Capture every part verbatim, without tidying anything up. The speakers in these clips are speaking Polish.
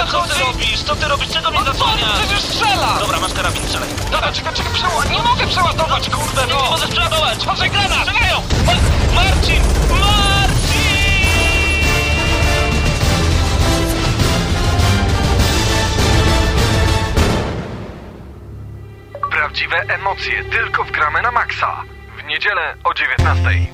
Damian, co ty robisz? Co ty robisz? Czego mnie zasłaniasz? Przecież strzela! Dobra, masz karabin, strzelaj. Dobra, czekaj, czekaj, przeładować. Nie mogę przeładować, kurde, Nie, no! nie możesz przeładować! Może granat! Strzelają! Ma- Marcin! Marcin! Prawdziwe emocje tylko w Gramy na Maxa. W niedzielę o dziewiętnastej.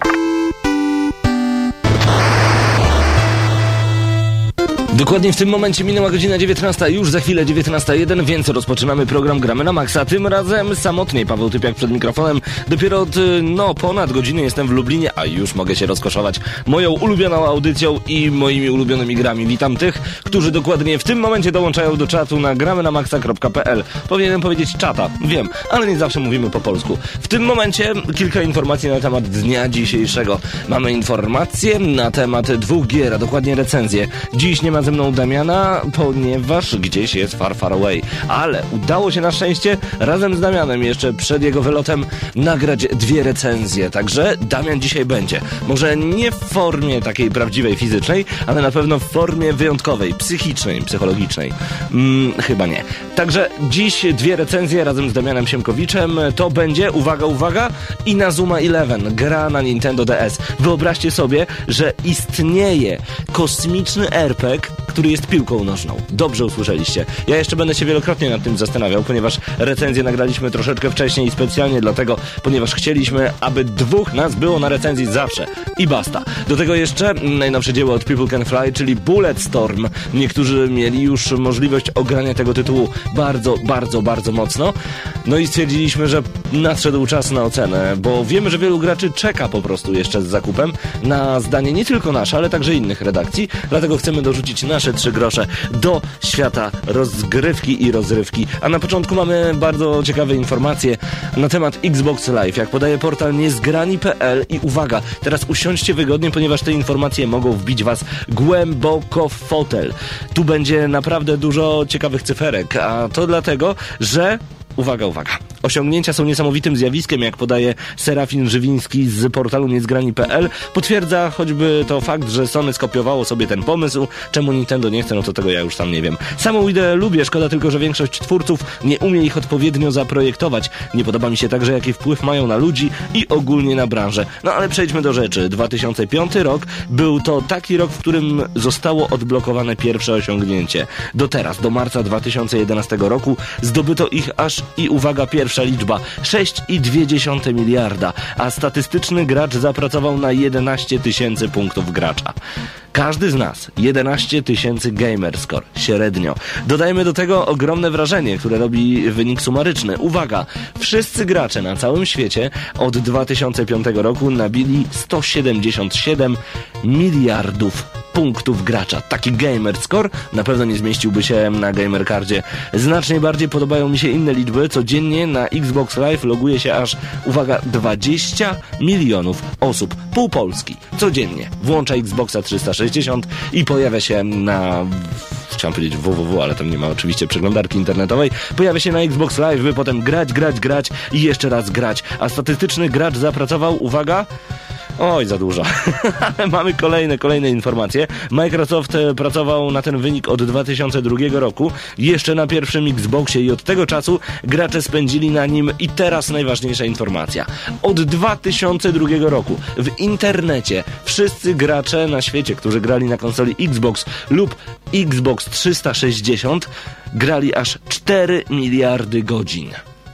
Dokładnie w tym momencie minęła godzina dziewiętnasta, już za chwilę dziewiętnasta jeden, więc rozpoczynamy program Gramy na Maxa. Tym razem samotnie, Paweł Typiak przed mikrofonem. Dopiero od, no, ponad godziny jestem w Lublinie, a już mogę się rozkoszować moją ulubioną audycją i moimi ulubionymi grami. Witam tych, którzy dokładnie w tym momencie dołączają do czatu na gramy na maxa kropka p l. Powinienem powiedzieć czata, wiem, ale nie zawsze mówimy po polsku. W tym momencie kilka informacji na temat dnia dzisiejszego. Mamy informacje na temat dwóch gier, a dokładnie recenzję. Dziś nie ma ze mną Damiana, ponieważ gdzieś jest far, far away. Ale udało się na szczęście razem z Damianem jeszcze przed jego wylotem nagrać dwie recenzje. Także Damian dzisiaj będzie. Może nie w formie takiej prawdziwej, fizycznej, ale na pewno w formie wyjątkowej, psychicznej, psychologicznej. Mm, chyba nie. Także dziś dwie recenzje razem z Damianem Siemkowiczem. To będzie, uwaga, uwaga, Inazuma Eleven, gra na Nintendo D S. Wyobraźcie sobie, że istnieje kosmiczny er pe gie, który jest piłką nożną. Dobrze usłyszeliście. Ja jeszcze będę się wielokrotnie nad tym zastanawiał, ponieważ recenzję nagraliśmy troszeczkę wcześniej i specjalnie dlatego, ponieważ chcieliśmy, aby dwóch nas było na recenzji zawsze. I basta. Do tego jeszcze najnowsze dzieło od People Can Fly, czyli Bulletstorm. Niektórzy mieli już możliwość ogrania tego tytułu bardzo, bardzo, bardzo mocno. No i stwierdziliśmy, że nadszedł czas na ocenę, bo wiemy, że wielu graczy czeka po prostu jeszcze z zakupem na zdanie nie tylko nasze, ale także innych redakcji. Dlatego chcemy dorzucić nasze trzy grosze do świata rozgrywki i rozrywki. A na początku mamy bardzo ciekawe informacje na temat Xbox Live. Jak podaje portal niezgrani kropka p l i uwaga, teraz usiądźcie wygodnie, ponieważ te informacje mogą wbić was głęboko w fotel. Tu będzie naprawdę dużo ciekawych cyferek, a to dlatego, że uwaga, uwaga. Osiągnięcia są niesamowitym zjawiskiem, jak podaje Serafin Żywiński z portalu niezgrani kropka p l. Potwierdza choćby to fakt, że Sony skopiowało sobie ten pomysł. Czemu Nintendo nie chce, no to tego ja już sam nie wiem. Samą ideę lubię, szkoda tylko, że większość twórców nie umie ich odpowiednio zaprojektować. Nie podoba mi się także, jaki wpływ mają na ludzi i ogólnie na branżę. No ale przejdźmy do rzeczy. dwa tysiące piąty rok był to taki rok, w którym zostało odblokowane pierwsze osiągnięcie. Do teraz, do marca dwa tysiące jedenastego roku zdobyto ich aż i uwaga, pierwsza liczba sześć przecinek dwa miliarda, a statystyczny gracz zapracował na jedenaście tysięcy punktów gracza. Każdy z nas jedenaście tysięcy gamer score, średnio. Dodajmy do tego ogromne wrażenie, które robi wynik sumaryczny. Uwaga, wszyscy gracze na całym świecie od dwa tysiące piątego roku nabili sto siedemdziesiąt siedem miliardów punktów gracza. Taki gamer score na pewno nie zmieściłby się na gamercardzie. Znacznie bardziej podobają mi się inne liczby. Codziennie na Xbox Live loguje się aż, uwaga, dwadzieścia milionów osób. Pół Polski. Codziennie włącza Xboxa trzysta sześćdziesiąt i pojawia się na... Chciałem powiedzieć www, ale tam nie ma oczywiście przeglądarki internetowej. Pojawia się na Xbox Live, by potem grać, grać, grać i jeszcze raz grać. A statystyczny gracz zapracował, uwaga... Oj, za dużo. Ale mamy kolejne, kolejne informacje. Microsoft pracował na ten wynik od dwa tysiące drugiego roku, jeszcze na pierwszym Xboxie i od tego czasu gracze spędzili na nim i teraz najważniejsza informacja. Od dwa tysiące drugiego roku w internecie wszyscy gracze na świecie, którzy grali na konsoli Xbox lub Xbox trzysta sześćdziesiąt grali aż cztery miliardy godzin.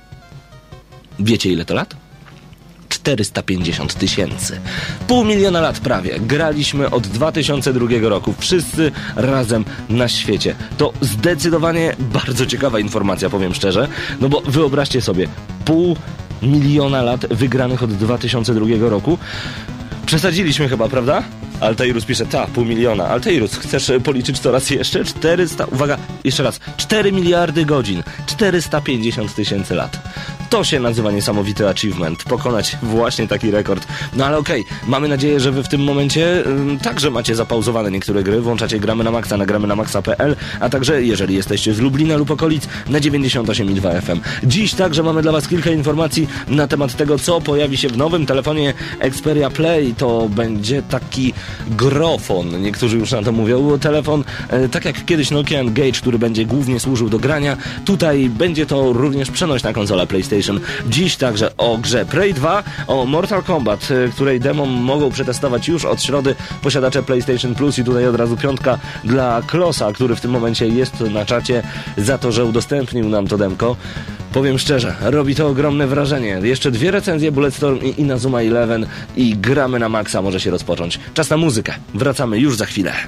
Wiecie ile to lat? czterysta pięćdziesiąt tysięcy. Pół miliona lat prawie. Graliśmy od dwa tysiące drugiego roku. Wszyscy razem na świecie. To zdecydowanie bardzo ciekawa informacja, powiem szczerze. No bo wyobraźcie sobie, pół miliona lat wygranych od dwa tysiące drugiego roku. Przesadziliśmy chyba, prawda? Altairus pisze, ta, pół miliona. Altairus, chcesz policzyć to raz jeszcze? czterysta, uwaga, jeszcze raz, cztery miliardy godzin, czterysta pięćdziesiąt tysięcy lat. To się nazywa niesamowity achievement. Pokonać właśnie taki rekord. No ale okej, okay, mamy nadzieję, że wy w tym momencie ym, także macie zapauzowane niektóre gry. Włączacie Gramy na Maxa na gramy na maxa kropka p l, a także jeżeli jesteście z Lublina lub okolic na dziewięćdziesiąt osiem i dwa F M. Dziś także mamy dla was kilka informacji na temat tego, co pojawi się w nowym telefonie Xperia Play. To będzie taki grofon. Niektórzy już na to mówią. Telefon, e, tak jak kiedyś Nokia Engage, który będzie głównie służył do grania. Tutaj będzie to również przenośna konsola PlayStation. Dziś także o grze Prey dwa, o Mortal Kombat, której demo mogą przetestować już od środy posiadacze PlayStation Plus i tutaj od razu piątka dla Klosa, który w tym momencie jest na czacie za to, że udostępnił nam to demko. Powiem szczerze, robi to ogromne wrażenie. Jeszcze dwie recenzje, Bulletstorm i Inazuma Eleven i Gramy na Maxa może się rozpocząć. Czas na muzykę. Wracamy już za chwilę.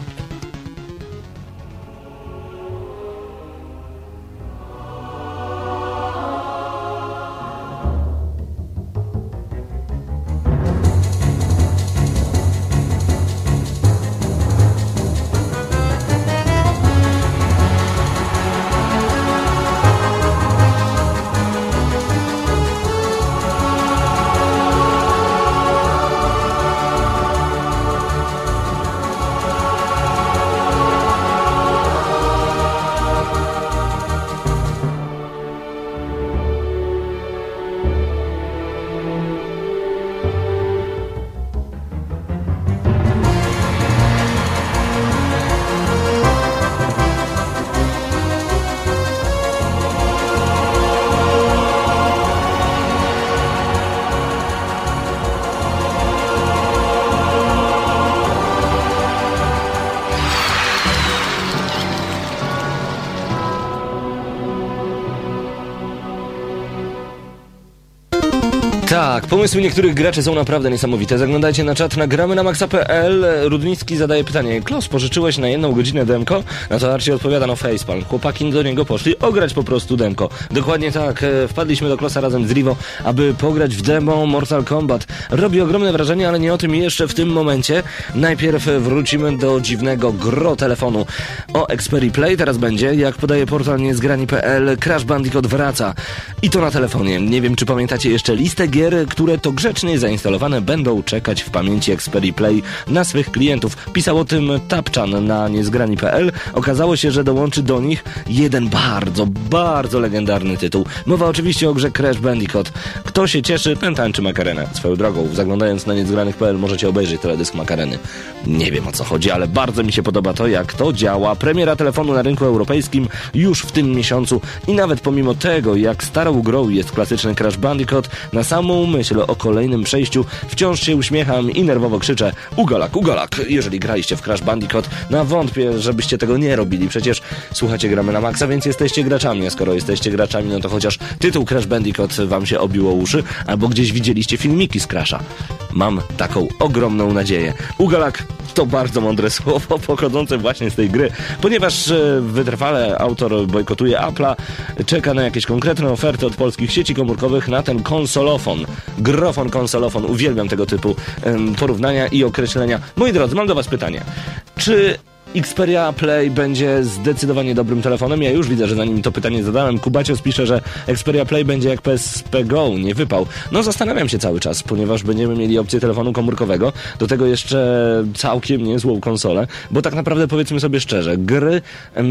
Tak, pomysły niektórych graczy są naprawdę niesamowite. Zaglądajcie na czat na gramy na maxa kropka p l. Rudnicki zadaje pytanie: Klos, pożyczyłeś na jedną godzinę demko? Na to Archie odpowiada: no facepalm. Chłopaki do niego poszli ograć po prostu demko. Dokładnie tak, wpadliśmy do Klosa razem z Rivo, aby pograć w demo Mortal Kombat. Robi ogromne wrażenie, ale nie o tym jeszcze w tym momencie. Najpierw wrócimy do dziwnego gro telefonu. O Xperia Play teraz będzie, jak podaje portal niezgrani kropka p l, Crash Bandicoot wraca. I to na telefonie. Nie wiem, czy pamiętacie jeszcze listę gier, które to grzecznie zainstalowane będą czekać w pamięci Xperia Play na swych klientów. Pisał o tym Tapczan na niezgrani kropka p l. Okazało się, że dołączy do nich jeden bardzo, bardzo legendarny tytuł. Mowa oczywiście o grze Crash Bandicoot. Kto się cieszy, ten tańczy Makarenę. Swoją drogą, zaglądając na niezgranych kropka p l możecie obejrzeć teledysk Makareny. Nie wiem, o co chodzi, ale bardzo mi się podoba to, jak to działa. Premiera telefonu na rynku europejskim już w tym miesiącu i nawet pomimo tego, jak starą grą jest klasyczny Crash Bandicoot, na samą myśl o kolejnym przejściu wciąż się uśmiecham i nerwowo krzyczę: ugalak, ugalak! Jeżeli graliście w Crash Bandicoot, no wątpię, żebyście tego nie robili. Przecież słuchacie Gramy na Maxa, więc jesteście graczami, a skoro jesteście graczami, no to chociaż tytuł Crash Bandicoot wam się obiło uszy, albo gdzieś widzieliście filmiki z Crasha. Mam taką ogromną nadzieję. Ugalak to bardzo mądre słowo pochodzące właśnie z tej gry, ponieważ e, wytrwale autor bojkotuje Apple'a, czeka na jakieś konkretne oferty od polskich sieci komórkowych na ten konsolofon. Grofon, konsolofon, uwielbiam tego typu em, porównania i określenia. Moi drodzy, mam do was pytanie. Czy Xperia Play będzie zdecydowanie dobrym telefonem? Ja już widzę, że zanim to pytanie zadałem, Kubacios pisze, że Xperia Play będzie jak P S P Go, nie wypał. No zastanawiam się cały czas, ponieważ będziemy mieli opcję telefonu komórkowego, do tego jeszcze całkiem niezłą konsolę, bo tak naprawdę powiedzmy sobie szczerze, gry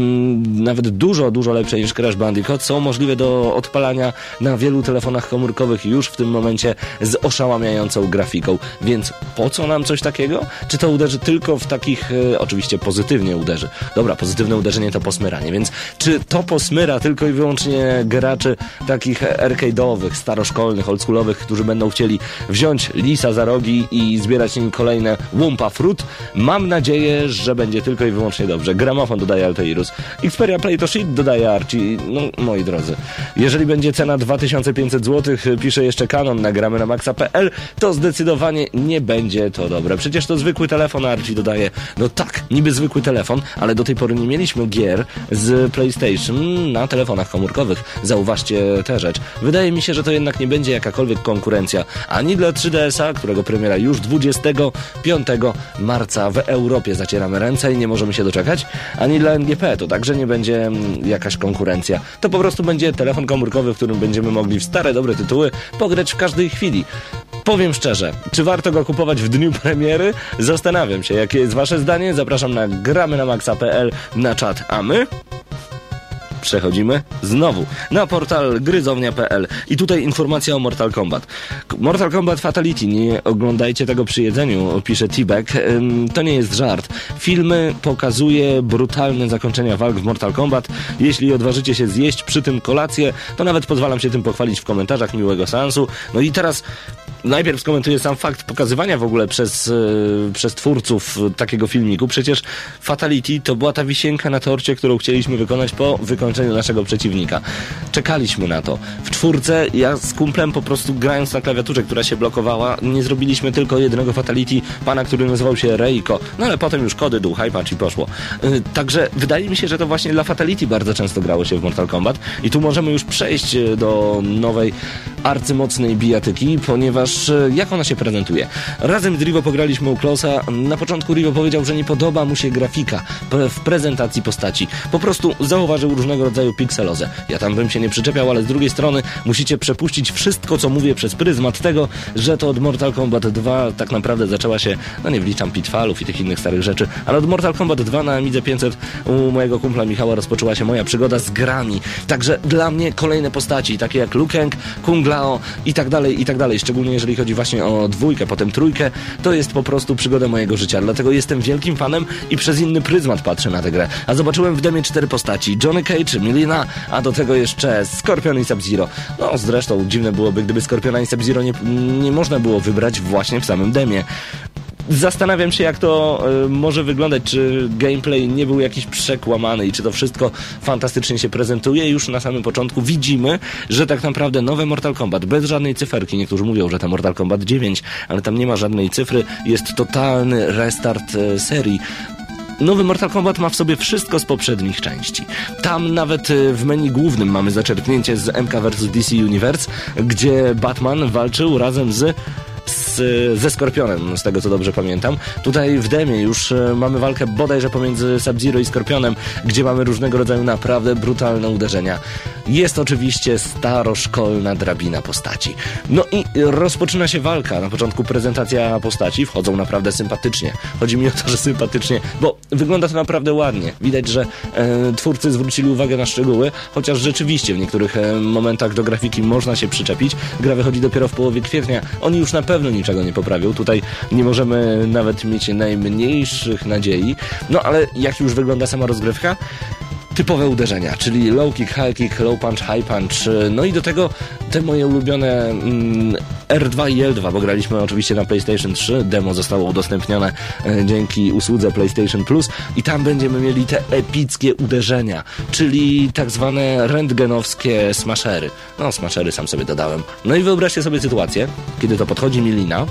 em, nawet dużo, dużo lepsze niż Crash Bandicoot są możliwe do odpalania na wielu telefonach komórkowych już w tym momencie z oszałamiającą grafiką, więc po co nam coś takiego? Czy to uderzy tylko w takich, e, oczywiście pozytywnych uderzy. Dobra, pozytywne uderzenie to posmyranie, więc czy to posmyra tylko i wyłącznie graczy takich arcade'owych, staroszkolnych, oldschoolowych, którzy będą chcieli wziąć lisa za rogi i zbierać nim kolejne Wumpa Fruit? Mam nadzieję, że będzie tylko i wyłącznie dobrze. Gramofon dodaje Altairus. Xperia Play to shit, dodaje Archie. No, moi drodzy, jeżeli będzie cena dwa tysiące pięćset złotych, pisze jeszcze Canon na gramy na maxa kropka p l, to zdecydowanie nie będzie to dobre. Przecież to zwykły telefon, Archie dodaje. No tak, niby zwykły zwykły telefon, ale do tej pory nie mieliśmy gier z PlayStation na telefonach komórkowych. Zauważcie tę rzecz. Wydaje mi się, że to jednak nie będzie jakakolwiek konkurencja ani dla trzy D S a, którego premiera już dwudziestego piątego marca w Europie zacieramy ręce i nie możemy się doczekać, ani dla N G P, to także nie będzie jakaś konkurencja. To po prostu będzie telefon komórkowy, w którym będziemy mogli w stare, dobre tytuły pograć w każdej chwili. Powiem szczerze, czy warto go kupować w dniu premiery? Zastanawiam się, jakie jest wasze zdanie. Zapraszam na gramy na maxa kropka p l na czat, a my przechodzimy znowu na portal gryzownia kropka p l i tutaj informacja o Mortal Kombat. Mortal Kombat Fatality, nie oglądajcie tego przy jedzeniu, pisze T-Bag. To nie jest żart. Filmy pokazuje brutalne zakończenia walk w Mortal Kombat. Jeśli odważycie się zjeść przy tym kolację, to nawet pozwalam się tym pochwalić w komentarzach. Miłego seansu. No i teraz najpierw skomentuję sam fakt pokazywania w ogóle przez, yy, przez twórców takiego filmiku. Przecież Fatality to była ta wisienka na torcie, którą chcieliśmy wykonać po wykończeniu naszego przeciwnika. Czekaliśmy na to. W czwórce ja z kumplem po prostu grając na klawiaturze, która się blokowała, nie zrobiliśmy tylko jednego Fatality, pana, który nazywał się Reiko. No ale potem już kody, dół, high punch i poszło. Yy, także wydaje mi się, że to właśnie dla Fatality bardzo często grało się w Mortal Kombat i tu możemy już przejść do nowej arcymocnej bijatyki, ponieważ jak ona się prezentuje? Razem z Rivo pograliśmy u Klosa. Na początku Rivo powiedział, że nie podoba mu się grafika w prezentacji postaci. Po prostu zauważył różnego rodzaju pikselozę. Ja tam bym się nie przyczepiał, ale z drugiej strony musicie przepuścić wszystko, co mówię przez pryzmat tego, że to od Mortal Kombat dwa tak naprawdę zaczęła się, no nie wliczam Pitfallów i tych innych starych rzeczy, ale od Mortal Kombat dwa na Amidze pięćset u mojego kumpla Michała rozpoczęła się moja przygoda z grami. Także dla mnie kolejne postaci, takie jak Liu Kang, Kung Lao i tak dalej, i tak dalej, szczególnie jeżeli chodzi właśnie o dwójkę, potem trójkę, to jest po prostu przygoda mojego życia. Dlatego jestem wielkim fanem i przez inny pryzmat patrzę na tę grę. A zobaczyłem w demie cztery postaci. Johnny Cage, Milina, a do tego jeszcze Scorpion i Sub-Zero. No zresztą dziwne byłoby, gdyby Scorpiona i Sub-Zero nie, nie można było wybrać właśnie w samym demie. Zastanawiam się, jak to y, może wyglądać, czy gameplay nie był jakiś przekłamany i czy to wszystko fantastycznie się prezentuje. Już na samym początku widzimy, że tak naprawdę nowe Mortal Kombat, bez żadnej cyferki, niektórzy mówią, że to Mortal Kombat dziewięć, ale tam nie ma żadnej cyfry, jest totalny restart y, serii. Nowy Mortal Kombat ma w sobie wszystko z poprzednich części. Tam nawet w menu głównym mamy zaczerpnięcie z M K versus. D C Universe, gdzie Batman walczył razem z Z, ze Skorpionem, z tego co dobrze pamiętam. Tutaj w demie już e, mamy walkę bodajże pomiędzy Sub-Zero i Skorpionem, gdzie mamy różnego rodzaju naprawdę brutalne uderzenia. Jest oczywiście staroszkolna drabina postaci. No i rozpoczyna się walka. Na początku prezentacja postaci, wchodzą naprawdę sympatycznie. Chodzi mi o to, że sympatycznie, bo wygląda to naprawdę ładnie. Widać, że e, twórcy zwrócili uwagę na szczegóły, chociaż rzeczywiście w niektórych e, momentach do grafiki można się przyczepić. Gra wychodzi dopiero w połowie kwietnia. Oni już na pewno niczego nie poprawią. Tutaj nie możemy nawet mieć najmniejszych nadziei. No ale jak już wygląda sama rozgrywka? Typowe uderzenia, czyli low kick, high kick, low punch, high punch. No i do tego te moje ulubione mm, R dwa i L dwa, bo graliśmy oczywiście na PlayStation trzy. Demo zostało udostępnione e, dzięki usłudze PlayStation Plus i tam będziemy mieli te epickie uderzenia, czyli tak zwane rentgenowskie smashery. No, smashery sam sobie dodałem. No i wyobraźcie sobie sytuację, kiedy to podchodzi Milina,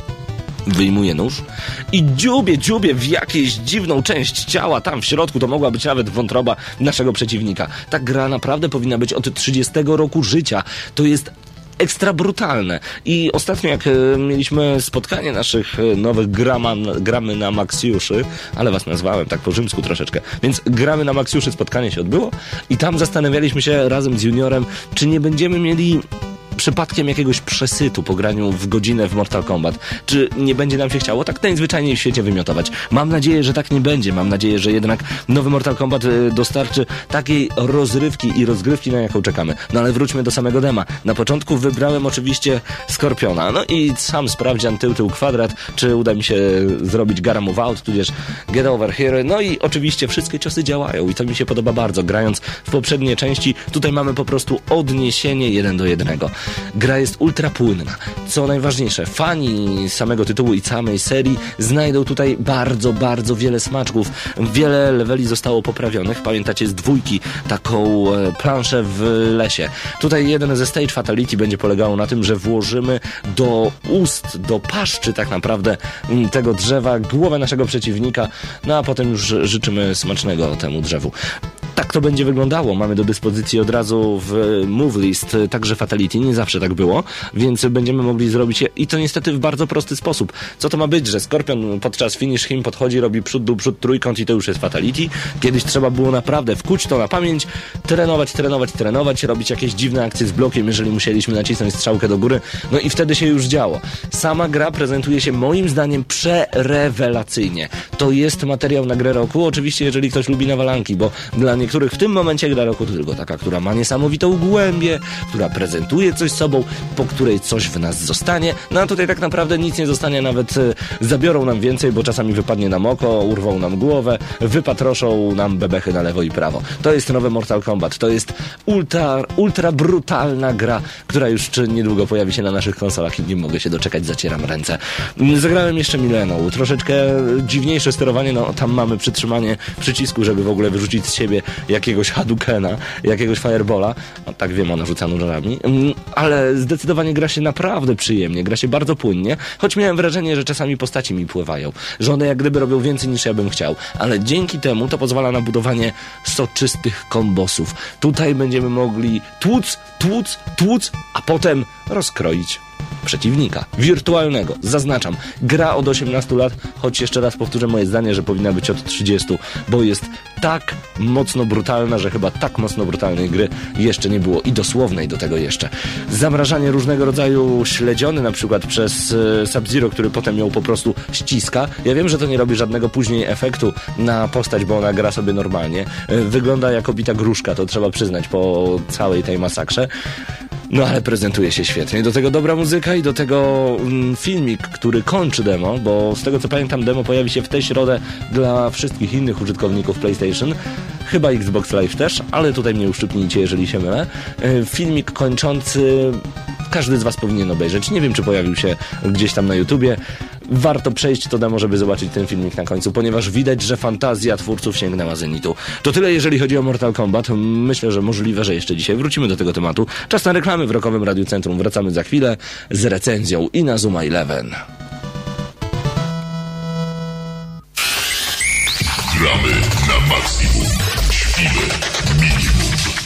wyjmuje nóż i dziubie, dziubie w jakąś dziwną część ciała, tam w środku to mogła być nawet wątroba naszego przeciwnika. Ta gra naprawdę powinna być od trzydziestego roku życia. To jest ekstra brutalne. I ostatnio jak e, mieliśmy spotkanie naszych e, nowych graman, gramy na Maxiuszy, ale was nazwałem tak po rzymsku troszeczkę, więc gramy na Maxiuszy, spotkanie się odbyło i tam zastanawialiśmy się razem z Juniorem, czy nie będziemy mieli przypadkiem jakiegoś przesytu po graniu w godzinę w Mortal Kombat. Czy nie będzie nam się chciało tak najzwyczajniej w świecie wymiotować? Mam nadzieję, że tak nie będzie. Mam nadzieję, że jednak nowy Mortal Kombat dostarczy takiej rozrywki i rozgrywki, na jaką czekamy. No ale wróćmy do samego dema. Na początku wybrałem oczywiście Skorpiona. No i sam sprawdzian tył, tył, kwadrat, czy uda mi się zrobić Gara Move Out, tudzież Get Over Here. No i oczywiście wszystkie ciosy działają i to mi się podoba bardzo. Grając w poprzednie części, tutaj mamy po prostu odniesienie jeden do jednego. Gra jest ultra płynna. Co najważniejsze, fani samego tytułu i samej serii znajdą tutaj bardzo, bardzo wiele smaczków. Wiele leveli zostało poprawionych. Pamiętacie z dwójki taką e, planszę w lesie. Tutaj jeden ze stage fatality będzie polegało na tym, że włożymy do ust, do paszczy tak naprawdę m, tego drzewa głowę naszego przeciwnika, no a potem już życzymy smacznego temu drzewu. Tak to będzie wyglądało. Mamy do dyspozycji od razu w move list także fatality. Nie zawsze tak było, więc będziemy mogli zrobić je i to niestety w bardzo prosty sposób. Co to ma być, że Skorpion podczas finish him podchodzi, robi przód, dół, przód, trójkąt i to już jest fatality? Kiedyś trzeba było naprawdę wkuć to na pamięć, trenować, trenować, trenować, robić jakieś dziwne akcje z blokiem, jeżeli musieliśmy nacisnąć strzałkę do góry, no i wtedy się już działo. Sama gra prezentuje się moim zdaniem przerewelacyjnie. To jest materiał na grę roku, oczywiście jeżeli ktoś lubi nawalanki, bo dla niektórych w tym momencie gra roku to tylko taka, która ma niesamowitą głębię, która prezentuje coś sobą, po której coś w nas zostanie, no a tutaj tak naprawdę nic nie zostanie, nawet y, zabiorą nam więcej, bo czasami wypadnie nam oko, urwą nam głowę, wypatroszą nam bebechy na lewo i prawo. To jest nowe Mortal Kombat, to jest ultra, ultra brutalna gra, która już czy niedługo pojawi się na naszych konsolach i nie mogę się doczekać, zacieram ręce. Zagrałem jeszcze Mileną, troszeczkę dziwniejsze sterowanie, no tam mamy przytrzymanie przycisku, żeby w ogóle wyrzucić z siebie jakiegoś Hadoukena, jakiegoś Firebola, no tak wiem, ona rzuca nożami, ale zdecydowanie gra się naprawdę przyjemnie, gra się bardzo płynnie, choć miałem wrażenie, że czasami postaci mi pływają, że one jak gdyby robią więcej niż ja bym chciał, ale dzięki temu to pozwala na budowanie soczystych kombosów. Tutaj będziemy mogli tłuc, tłuc, tłuc, a potem rozkroić przeciwnika. Wirtualnego. Zaznaczam. Gra od osiemnastu lat, choć jeszcze raz powtórzę moje zdanie, że powinna być od trzydziestu, bo jest tak mocno brutalna, że chyba tak mocno brutalnej gry jeszcze nie było i dosłownej do tego jeszcze. Zamrażanie różnego rodzaju śledziony na przykład przez e, Sub-Zero, który potem ją po prostu ściska. Ja wiem, że to nie robi żadnego później efektu na postać, bo ona gra sobie normalnie. E, wygląda jak obita gruszka, to trzeba przyznać po całej tej masakrze. No ale prezentuje się świetnie. Do tego dobra muzyka i do tego mm, filmik, który kończy demo, bo z tego co pamiętam demo pojawi się w tę środę dla wszystkich innych użytkowników PlayStation. Chyba Xbox Live też, ale tutaj mnie uszczypnijcie, jeżeli się mylę. E, filmik kończący każdy z was powinien obejrzeć. Nie wiem, czy pojawił się gdzieś tam na YouTubie. Warto przejść to demo, żeby zobaczyć ten filmik na końcu, ponieważ widać, że fantazja twórców sięgnęła zenitu. To tyle, jeżeli chodzi o Mortal Kombat. Myślę, że możliwe, że jeszcze dzisiaj wrócimy do tego tematu. Czas na reklamy w Rockowym Radiu Centrum. Wracamy za chwilę z recenzją Inazuma Eleven. Gramy na maksimum. Śpimy minimum.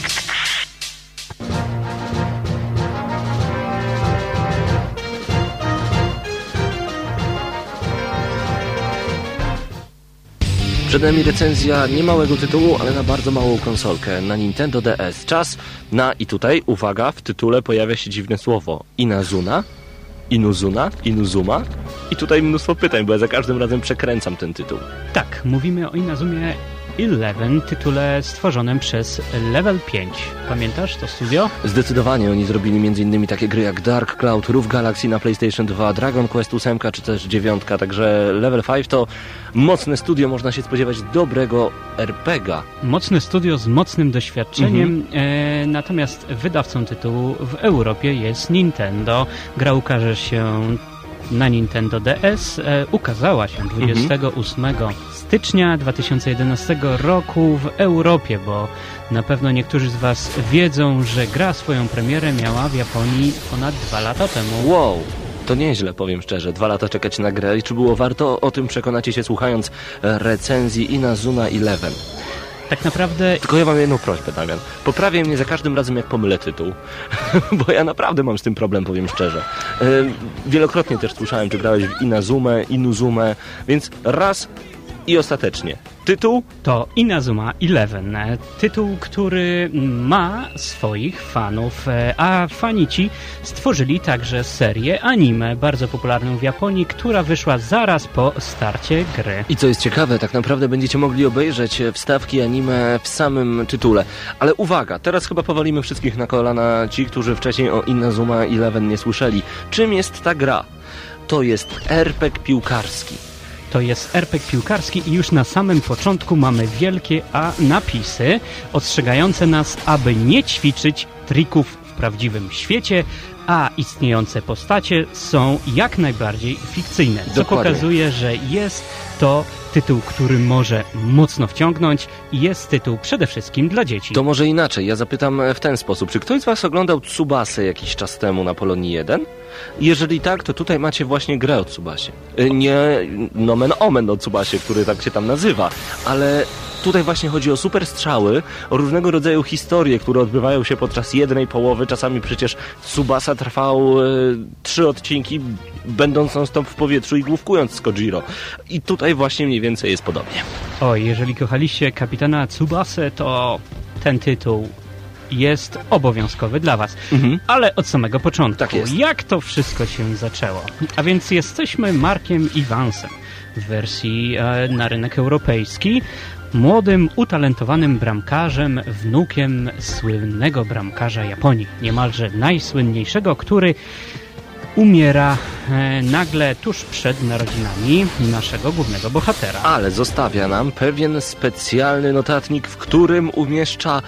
Przed nami recenzja niemałego tytułu, ale na bardzo małą konsolkę, na Nintendo D S. Czas na, i tutaj, uwaga, w tytule pojawia się dziwne słowo. Inazuna, Inuzuna, Inuzuma. I tutaj mnóstwo pytań, bo ja za każdym razem przekręcam ten tytuł. Tak, mówimy o Inazumie Eleven, tytule stworzonym przez Level pięć. Pamiętasz to studio? Zdecydowanie, oni zrobili m.in. takie gry jak Dark Cloud, Roof Galaxy na PlayStation dwa, Dragon Quest osiem czy też dziewięć, także Level pięć to mocne studio, można się spodziewać dobrego er pe ga. Mocne studio z mocnym doświadczeniem, Mhm. e, natomiast wydawcą tytułu w Europie jest Nintendo. Gra ukaże się na Nintendo D S, e, ukazała się dwudziestego ósmego stycznia dwa tysiące jedenastego roku w Europie, bo na pewno niektórzy z was wiedzą, że gra swoją premierę miała w Japonii ponad dwa lata temu. Wow! To nieźle, powiem szczerze. Dwa lata czekać na grę i czy było warto? O tym przekonacie się słuchając recenzji Inazuma Eleven. Tak naprawdę... Tylko ja mam jedną prośbę, Damian. Poprawiaj mnie za każdym razem, jak pomylę tytuł. Bo ja naprawdę mam z tym problem, powiem szczerze. Yy, wielokrotnie też słyszałem, czy grałeś w Inazumę, Inuzumę, więc raz i ostatecznie. Tytuł? To Inazuma Eleven, tytuł, który ma swoich fanów, a fanici stworzyli także serię anime, bardzo popularną w Japonii, która wyszła zaraz po starcie gry. I co jest ciekawe, tak naprawdę będziecie mogli obejrzeć wstawki anime w samym tytule. Ale uwaga, teraz chyba powalimy wszystkich na kolana ci, którzy wcześniej o Inazuma Eleven nie słyszeli. Czym jest ta gra? To jest er pe gie piłkarski. To jest er pe gie piłkarski i już na samym początku mamy wielkie A napisy ostrzegające nas, aby nie ćwiczyć trików w prawdziwym świecie, a istniejące postacie są jak najbardziej fikcyjne, co Dokładnie. pokazuje, że jest to tytuł, który może mocno wciągnąć i jest tytuł przede wszystkim dla dzieci. To może inaczej, ja zapytam w ten sposób. Czy ktoś z was oglądał Tsubasę jakiś czas temu na Polonii jeden? Jeżeli tak, to tutaj macie właśnie grę o Tsubasie. Y, Nie nomen omen o Tsubasie, który tak się tam nazywa, ale tutaj właśnie chodzi o super strzały, o różnego rodzaju historie, które odbywają się podczas jednej połowy. Czasami przecież Tsubasa trwał y, trzy odcinki, będąc non-stop w powietrzu i główkując z Kojiro. I tutaj właśnie mniej więcej jest podobnie. O, jeżeli kochaliście kapitana Tsubasę, to ten tytuł jest obowiązkowy dla was. Mhm. Ale od samego początku. Tak jest. Jak to wszystko się zaczęło? A więc jesteśmy Markiem Iwansem w wersji e, na rynek europejski. Młodym, utalentowanym bramkarzem, wnukiem słynnego bramkarza Japonii. Niemalże najsłynniejszego, który umiera e, nagle tuż przed narodzinami naszego głównego bohatera. Ale zostawia nam pewien specjalny notatnik, w którym umieszcza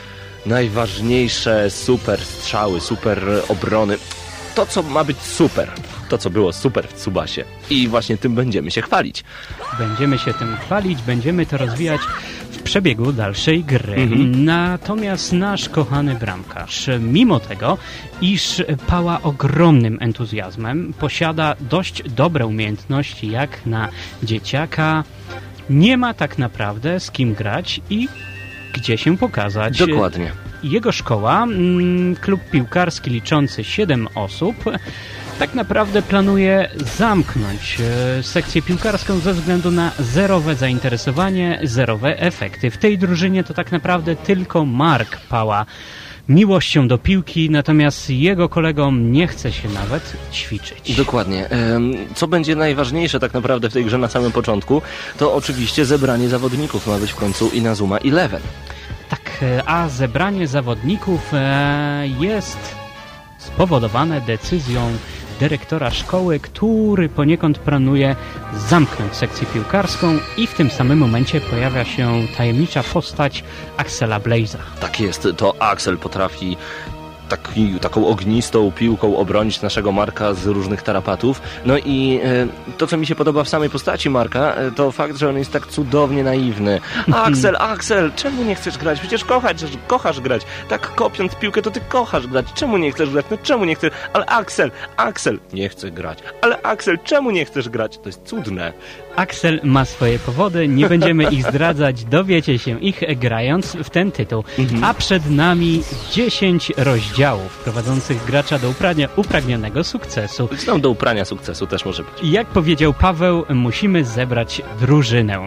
najważniejsze super strzały, super obrony. To, co ma być super. To, co było super w Tsubasie. I właśnie tym będziemy się chwalić. Będziemy się tym chwalić, będziemy to rozwijać w przebiegu dalszej gry. Mhm. Natomiast nasz kochany bramkarz, mimo tego, iż pała ogromnym entuzjazmem, posiada dość dobre umiejętności jak na dzieciaka, nie ma tak naprawdę z kim grać i gdzie się pokazać. Dokładnie. Jego szkoła, klub piłkarski liczący siedem osób, tak naprawdę planuje zamknąć sekcję piłkarską ze względu na zerowe zainteresowanie, zerowe efekty. W tej drużynie to tak naprawdę tylko Mark pała miłością do piłki, natomiast jego kolegom nie chce się nawet ćwiczyć. Dokładnie. Co będzie najważniejsze tak naprawdę w tej grze na samym początku, to oczywiście zebranie zawodników. Ma być w końcu Inazuma Eleven. Tak, a zebranie zawodników jest spowodowane decyzją dyrektora szkoły, który poniekąd planuje zamknąć sekcję piłkarską i w tym samym momencie pojawia się tajemnicza postać Axela Blaze'a. Tak jest, to Axel potrafi taki, taką ognistą piłką obronić naszego Marka z różnych tarapatów. No i e, to, co mi się podoba w samej postaci Marka, e, to fakt, że on jest tak cudownie naiwny. Axel, Axel, czemu nie chcesz grać? Przecież kochasz, kochasz grać. Tak kopiąc piłkę, to ty kochasz grać. Czemu nie chcesz grać? No czemu nie chcesz? Ale Axel, Axel, nie chcę grać. Ale Axel, czemu nie chcesz grać? To jest cudne. Axel ma swoje powody, nie będziemy ich zdradzać, dowiecie się ich grając w ten tytuł. Mhm. A przed nami dziesięć rozdziałów prowadzących gracza do upragnia, upragnionego sukcesu. Zresztą do uprania sukcesu też może być. Jak powiedział Paweł, musimy zebrać drużynę.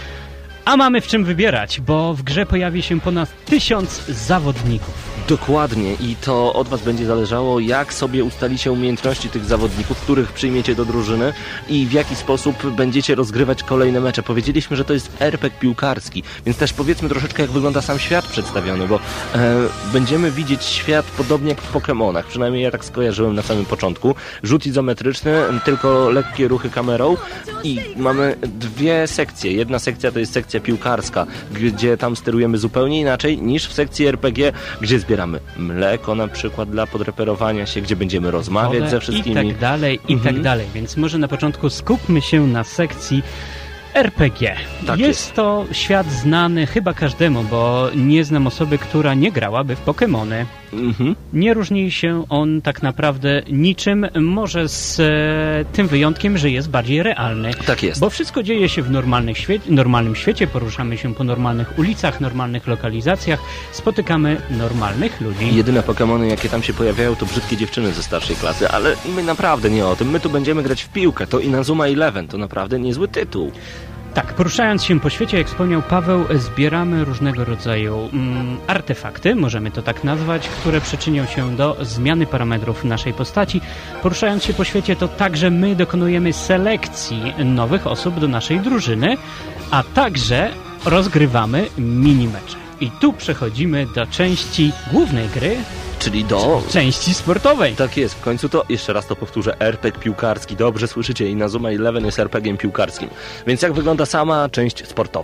A mamy w czym wybierać, bo w grze pojawi się ponad tysiąc zawodników. Dokładnie i to od was będzie zależało, jak sobie ustalicie umiejętności tych zawodników, których przyjmiecie do drużyny i w jaki sposób będziecie rozgrywać kolejne mecze. Powiedzieliśmy, że to jest er pe gie piłkarski, więc też powiedzmy troszeczkę, jak wygląda sam świat przedstawiony, bo e, będziemy widzieć świat podobnie jak w Pokemonach, przynajmniej ja tak skojarzyłem na samym początku. Rzut izometryczny, tylko lekkie ruchy kamerą i mamy dwie sekcje. Jedna sekcja to jest sekcja piłkarska, gdzie tam sterujemy zupełnie inaczej niż w sekcji er pe gie, gdzie zbieramy mleko na przykład dla podreperowania się, gdzie będziemy rozmawiać Wodę ze wszystkimi. I tak dalej, i mhm. tak dalej. Więc może na początku skupmy się na sekcji er pe gie. Tak jest, jest to świat znany chyba każdemu, bo nie znam osoby, która nie grałaby w Pokemony. Mhm. Nie różni się on tak naprawdę niczym, może z e, tym wyjątkiem, że jest bardziej realny. Tak jest. Bo wszystko dzieje się w normalnych świe- normalnym świecie, poruszamy się po normalnych ulicach, normalnych lokalizacjach, spotykamy normalnych ludzi. Jedyne Pokemony, jakie tam się pojawiają, to brzydkie dziewczyny ze starszej klasy, ale my naprawdę nie o tym. My tu będziemy grać w piłkę. To Inazuma Eleven, to naprawdę niezły tytuł. Tak, poruszając się po świecie, jak wspomniał Paweł, zbieramy różnego rodzaju mm, artefakty, możemy to tak nazwać, które przyczynią się do zmiany parametrów naszej postaci. Poruszając się po świecie, to także my dokonujemy selekcji nowych osób do naszej drużyny, a także rozgrywamy minimecze. I tu przechodzimy do części głównej gry, Czyli do... części sportowej. Tak jest, w końcu to, jeszcze raz to powtórzę, er pe gie piłkarski. Dobrze słyszycie, Inazuma Eleven jest er pe gie piłkarskim. Więc jak wygląda sama część sportowa?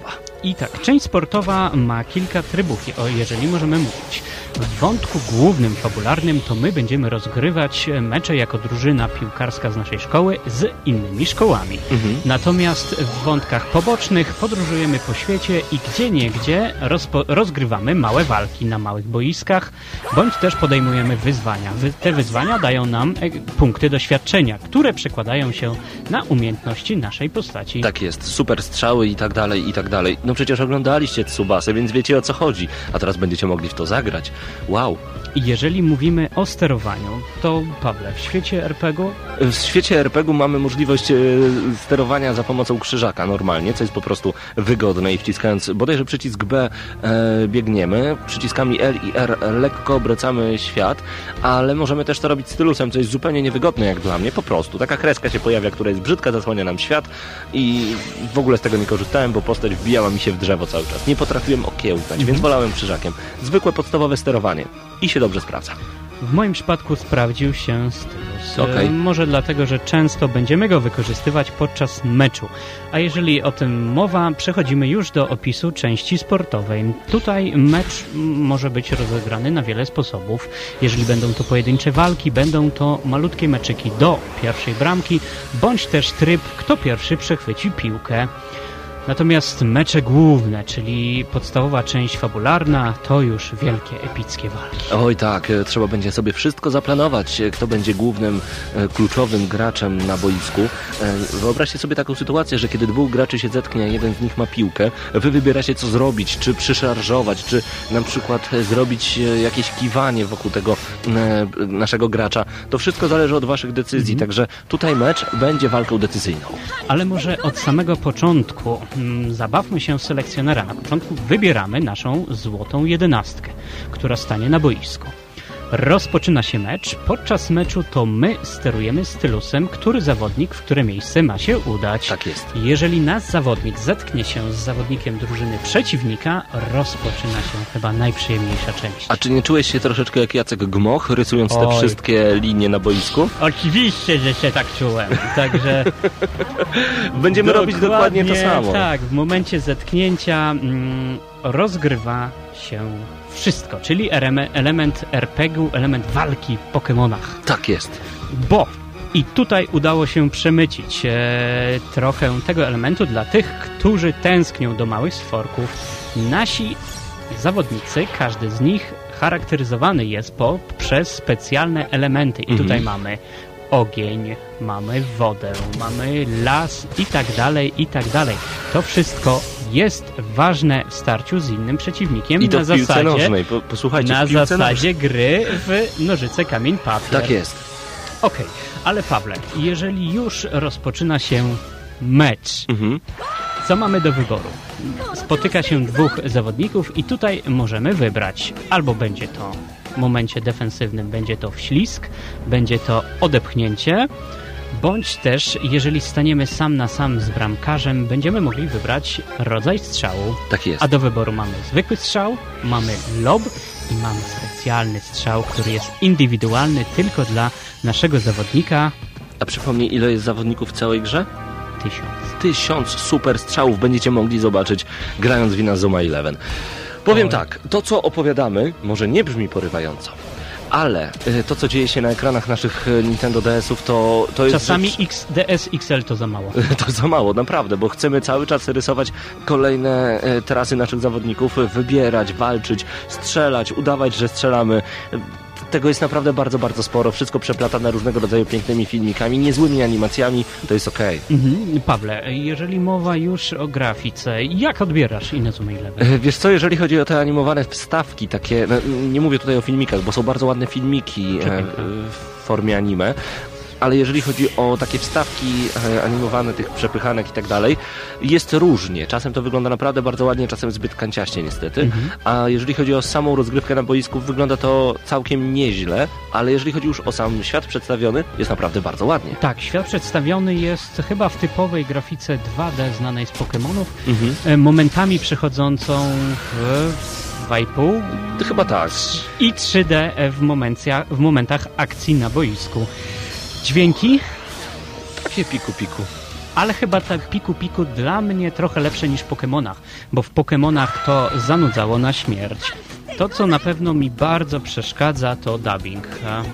I tak, część sportowa ma kilka trybów, o jeżeli możemy mówić. W wątku głównym, fabularnym, to my będziemy rozgrywać mecze jako drużyna piłkarska z naszej szkoły z innymi szkołami. Mhm. Natomiast w wątkach pobocznych podróżujemy po świecie i gdzieniegdzie rozpo- rozgrywamy małe walki na małych boiskach, bądź też podejmujemy wyzwania. Wy- te wyzwania dają nam e- punkty doświadczenia, które przekładają się na umiejętności naszej postaci. Tak jest, super strzały i tak dalej, i tak dalej. No przecież oglądaliście Tsubasę, więc wiecie, o co chodzi. A teraz będziecie mogli w to zagrać. Wow. I jeżeli mówimy o sterowaniu, to Pawle, w świecie er pe gu? W świecie er pe gu mamy możliwość e, sterowania za pomocą krzyżaka normalnie, co jest po prostu wygodne i wciskając bodajże przycisk B e, biegniemy, przyciskami L i R lekko obracamy świat, ale możemy też to robić stylusem, co jest zupełnie niewygodne jak dla mnie, po prostu. Taka kreska się pojawia, która jest brzydka, zasłania nam świat i w ogóle z tego nie korzystałem, bo postać wbijała mi się w drzewo cały czas. Nie potrafiłem okiełznać, mhm. więc wolałem krzyżakiem. Zwykłe, podstawowe sterowanie i się dobrze sprawdza. W moim przypadku sprawdził się stylus. Okay. Może dlatego, że często będziemy go wykorzystywać podczas meczu. A jeżeli o tym mowa, przechodzimy już do opisu części sportowej. Tutaj mecz może być rozegrany na wiele sposobów. Jeżeli będą to pojedyncze walki, będą to malutkie meczyki do pierwszej bramki, bądź też tryb, kto pierwszy przechwyci piłkę. Natomiast mecze główne, czyli podstawowa część fabularna, to już wielkie, epickie walki. Oj tak, trzeba będzie sobie wszystko zaplanować, kto będzie głównym, kluczowym graczem na boisku. Wyobraźcie sobie taką sytuację, że kiedy dwóch graczy się zetknie, a jeden z nich ma piłkę, wy wybieracie, co zrobić, czy przyszarżować, czy na przykład zrobić jakieś kiwanie wokół tego naszego gracza. To wszystko zależy od waszych decyzji, mhm. także tutaj mecz będzie walką decyzyjną. Ale może od samego początku zabawmy się selekcjonera. Na początku wybieramy naszą złotą jedenastkę, która stanie na boisku. Rozpoczyna się mecz. Podczas meczu to my sterujemy stylusem, który zawodnik w które miejsce ma się udać. Tak jest. Jeżeli nasz zawodnik zetknie się z zawodnikiem drużyny przeciwnika, rozpoczyna się chyba najprzyjemniejsza część. A czy nie czułeś się troszeczkę jak Jacek Gmoch, rysując Oj. te wszystkie linie na boisku? Oczywiście, że się tak czułem. Także będziemy dokładnie, robić dokładnie to samo. Tak, w momencie zetknięcia mm, rozgrywa się wszystko, czyli element er pe gu, element walki w Pokemonach. Tak jest. Bo i tutaj udało się przemycić e, trochę tego elementu dla tych, którzy tęsknią do małych stworków. Nasi zawodnicy, każdy z nich charakteryzowany jest poprzez specjalne elementy. I mhm. tutaj mamy ogień, mamy wodę, mamy las i tak dalej, i tak dalej. To wszystko jest ważne w starciu z innym przeciwnikiem. I to na w piłce zasadzie, nożnej. Po, posłuchajcie, na w piłce zasadzie nożnej. gry w nożyce, kamień, papier. Tak jest. Okej, okay. Ale Pawle, jeżeli już rozpoczyna się mecz, mhm. co mamy do wyboru? Spotyka się dwóch zawodników i tutaj możemy wybrać. Albo będzie to w momencie defensywnym, będzie to wślizg, będzie to odepchnięcie, bądź też, jeżeli staniemy sam na sam z bramkarzem, będziemy mogli wybrać rodzaj strzału. Tak jest. A do wyboru mamy zwykły strzał, mamy lob i mamy specjalny strzał, który jest indywidualny tylko dla naszego zawodnika. A przypomnij, ile jest zawodników w całej grze? Tysiąc. Tysiąc super strzałów będziecie mogli zobaczyć, grając w Inazuma Eleven. Powiem Oj. tak, to co opowiadamy może nie brzmi porywająco, ale to co dzieje się na ekranach naszych Nintendo D S ów to, to jest... Czasami rzecz... X, D S X L to za mało. To za mało, naprawdę, bo chcemy cały czas rysować kolejne trasy naszych zawodników, wybierać, walczyć, strzelać, udawać, że strzelamy. Tego jest naprawdę bardzo, bardzo sporo. Wszystko przeplatane różnego rodzaju pięknymi filmikami, niezłymi animacjami. To jest okej. Okay. Mhm. Pawle, jeżeli mowa już o grafice, jak odbierasz Inazuma Eleven? Wiesz co, jeżeli chodzi o te animowane wstawki, takie, no, nie mówię tutaj o filmikach, bo są bardzo ładne filmiki e, w formie anime, ale jeżeli chodzi o takie wstawki e, animowane, tych przepychanek i tak dalej, jest różnie. Czasem to wygląda naprawdę bardzo ładnie, czasem zbyt kanciaście niestety. Mhm. A jeżeli chodzi o samą rozgrywkę na boisku, wygląda to całkiem nieźle, ale jeżeli chodzi już o sam świat przedstawiony, jest naprawdę bardzo ładnie. Tak, świat przedstawiony jest chyba w typowej grafice dwa D znanej z Pokemonów, mhm. momentami przechodzącą w dwa i pół. Chyba tak. I trzy D w, momencja, w momentach akcji na boisku. Dźwięki? Takie piku piku. ale chyba tak piku piku dla mnie trochę lepsze niż w Pokemonach, bo w Pokemonach to zanudzało na śmierć. To, co na pewno mi bardzo przeszkadza, to dubbing.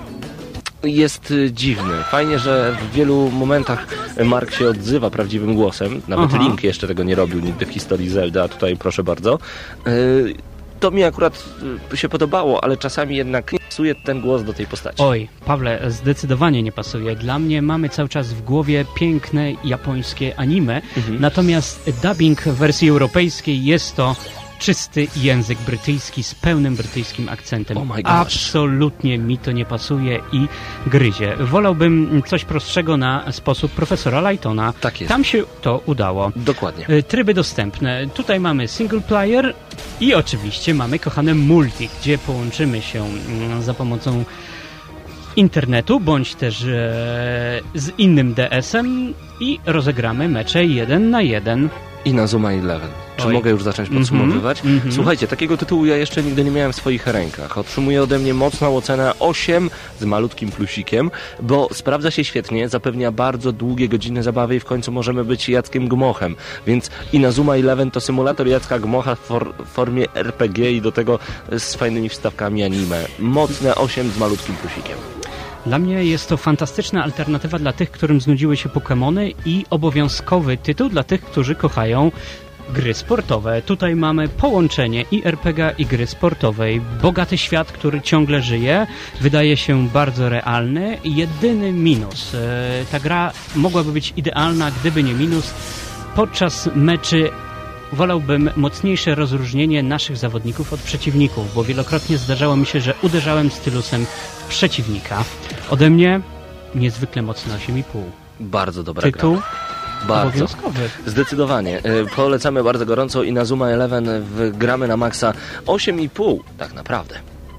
Jest y, dziwny. Fajnie, że w wielu momentach Mark się odzywa prawdziwym głosem. Nawet Aha. Link jeszcze tego nie robił nigdy w historii Zelda, a tutaj proszę bardzo. Y, to mi akurat y, się podobało, ale czasami jednak nie pasuje ten głos do tej postaci. Oj, Pawle, zdecydowanie nie pasuje. Dla mnie mamy cały czas w głowie piękne japońskie anime, Mhm. natomiast dubbing w wersji europejskiej jest to czysty język brytyjski z pełnym brytyjskim akcentem. Oh my gosh. Absolutnie mi to nie pasuje i gryzie. Wolałbym coś prostszego na sposób profesora Lightona. Tak jest. Tam się to udało. Dokładnie. Y, Tryby dostępne. Tutaj mamy single player i oczywiście mamy kochane multi, gdzie połączymy się mm, za pomocą internetu, bądź też e, z innym D S-em i rozegramy mecze jeden na jeden. Inazuma Eleven. Czy Oj. mogę już zacząć Mhm, podsumowywać? mhm. Słuchajcie, takiego tytułu ja jeszcze nigdy nie miałem w swoich rękach. Otrzymuje ode mnie mocną ocenę osiem z malutkim plusikiem, bo sprawdza się świetnie, zapewnia bardzo długie godziny zabawy i w końcu możemy być Jackiem Gmochem. Więc Inazuma Eleven to symulator Jacka Gmocha w for- formie R P G i do tego z fajnymi wstawkami anime. Mocne osiem z malutkim plusikiem. Dla mnie jest to fantastyczna alternatywa dla tych, którym znudziły się Pokemony i obowiązkowy tytuł dla tych, którzy kochają gry sportowe. Tutaj mamy połączenie i R P G, i gry sportowej. Bogaty świat, który ciągle żyje, wydaje się bardzo realny. Jedyny minus. E, ta gra mogłaby być idealna, gdyby nie minus. Podczas meczy wolałbym mocniejsze rozróżnienie naszych zawodników od przeciwników, bo wielokrotnie zdarzało mi się, że uderzałem stylusem w przeciwnika. Ode mnie niezwykle mocno osiem i pół. Bardzo dobra Tytuł gra. Bardzo. obowiązkowy. Zdecydowanie. Y, Polecamy bardzo gorąco Inazuma Eleven w Gramy na Maxa osiem i pół. Tak naprawdę.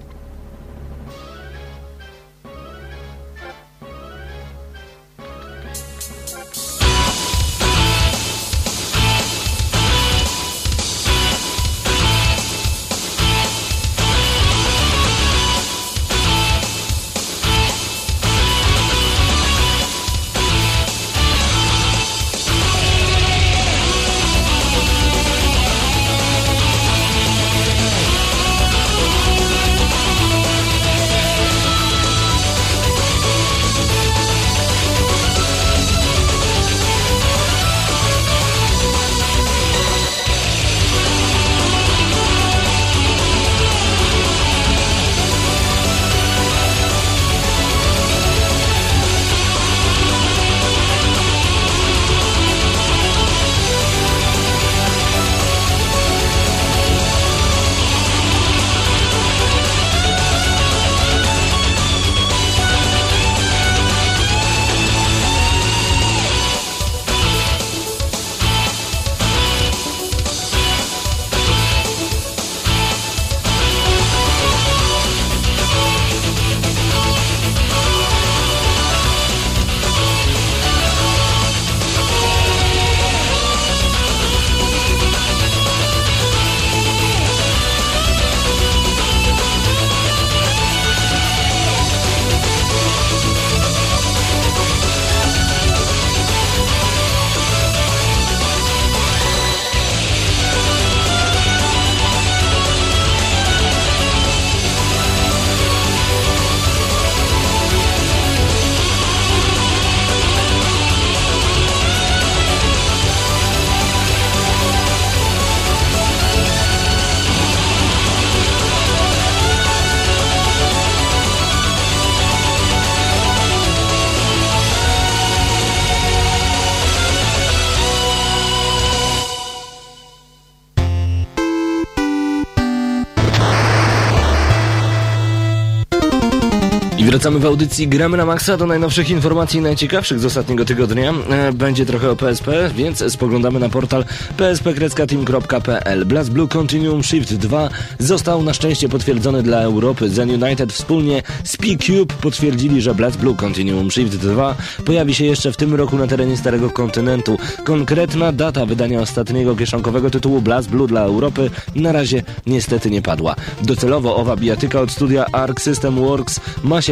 I wracamy w audycji Gramy na Maxa do najnowszych informacji, najciekawszych z ostatniego tygodnia. E, Będzie trochę o P S P, więc spoglądamy na portal p s p kropka team kropka p l. BlazBlue Continuum Shift dwa został na szczęście potwierdzony dla Europy. Zen United wspólnie z P-Cube potwierdzili, że BlazBlue Continuum Shift dwa pojawi się jeszcze w tym roku na terenie Starego Kontynentu. Konkretna data wydania ostatniego kieszonkowego tytułu BlazBlue dla Europy na razie niestety nie padła. Docelowo owa bijatyka od studia Arc System Works ma się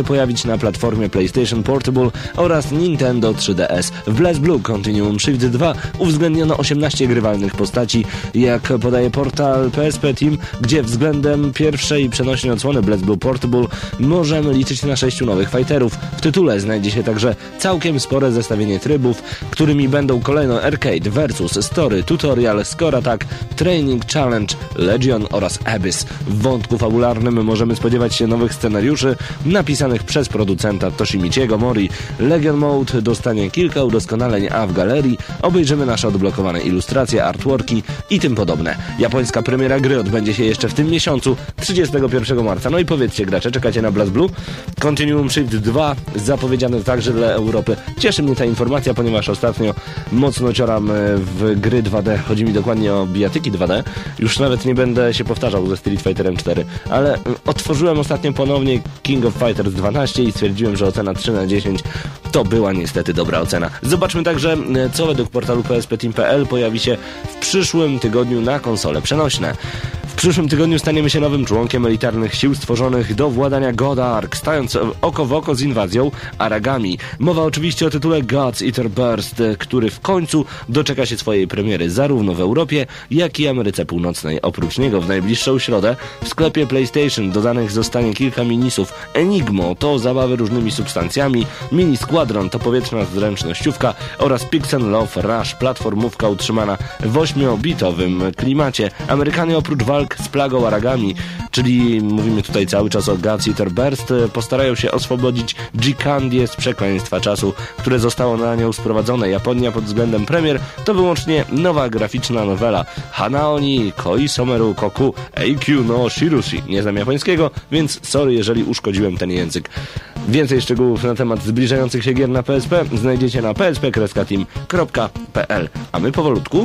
pojawić na platformie PlayStation Portable oraz Nintendo trzy D S. W BlazBlue Continuum Shift dwa uwzględniono osiemnaście grywalnych postaci, jak podaje portal P S P Team, gdzie względem pierwszej przenośnej odsłony BlazBlue Portable możemy liczyć na sześciu nowych fighterów. W tytule znajdzie się także całkiem spore zestawienie trybów, którymi będą kolejno Arcade, Versus, Story, Tutorial, Score Attack, Training, Challenge, Legion oraz Abyss. W wątku fabularnym możemy spodziewać się nowych scenariuszy napisanych przez producenta Toshimichiego Mori. Legion Mode dostanie kilka udoskonaleń, a w galerii obejrzymy nasze odblokowane ilustracje, artworki i tym podobne. Japońska premiera gry odbędzie się jeszcze w tym miesiącu, trzydziestego pierwszego marca. No i powiedzcie, gracze, czekacie na BlazBlue? Continuum Shift dwa zapowiedziane także dla Europy. Cieszy mnie ta informacja, ponieważ ostatnio mocno cioram w gry dwa D. Chodzi mi dokładnie o bijatyki dwa D. Już nawet nie będę się powtarzał ze Street Fighterem cztery, ale otworzyłem ostatnio ponownie King of Fighters dwanaście i stwierdziłem, że ocena trzy na dziesięć to była niestety dobra ocena. Zobaczmy także, co według portalu P S P Team kropka P L pojawi się w przyszłym tygodniu na konsole przenośne. W przyszłym tygodniu staniemy się nowym członkiem elitarnych sił stworzonych do władania God Ark, stając oko w oko z inwazją Aragami. Mowa oczywiście o tytule God's Eater Burst, który w końcu doczeka się swojej premiery zarówno w Europie, jak i Ameryce Północnej. Oprócz niego w najbliższą środę w sklepie PlayStation dodanych zostanie kilka minisów. Enigmo to zabawy różnymi substancjami, Mini Squadron to powietrzna zręcznościówka oraz Pixel Love Rush, platformówka utrzymana w ośmiobitowym klimacie. Amerykanie oprócz walk z plagą Aragami, czyli mówimy tutaj cały czas o God's Eater Burst, postarają się oswobodzić Gikandię z przekleństwa czasu, które zostało na nią sprowadzone. Japonia pod względem premier to wyłącznie nowa graficzna nowela Hanaoni Koi Someru Koku Eikyu no Shirushi. Nie znam japońskiego, więc sorry, jeżeli uszkodziłem ten język. Więcej szczegółów na temat zbliżających się gier na P S P znajdziecie na p s p team kropka p l. A my powolutku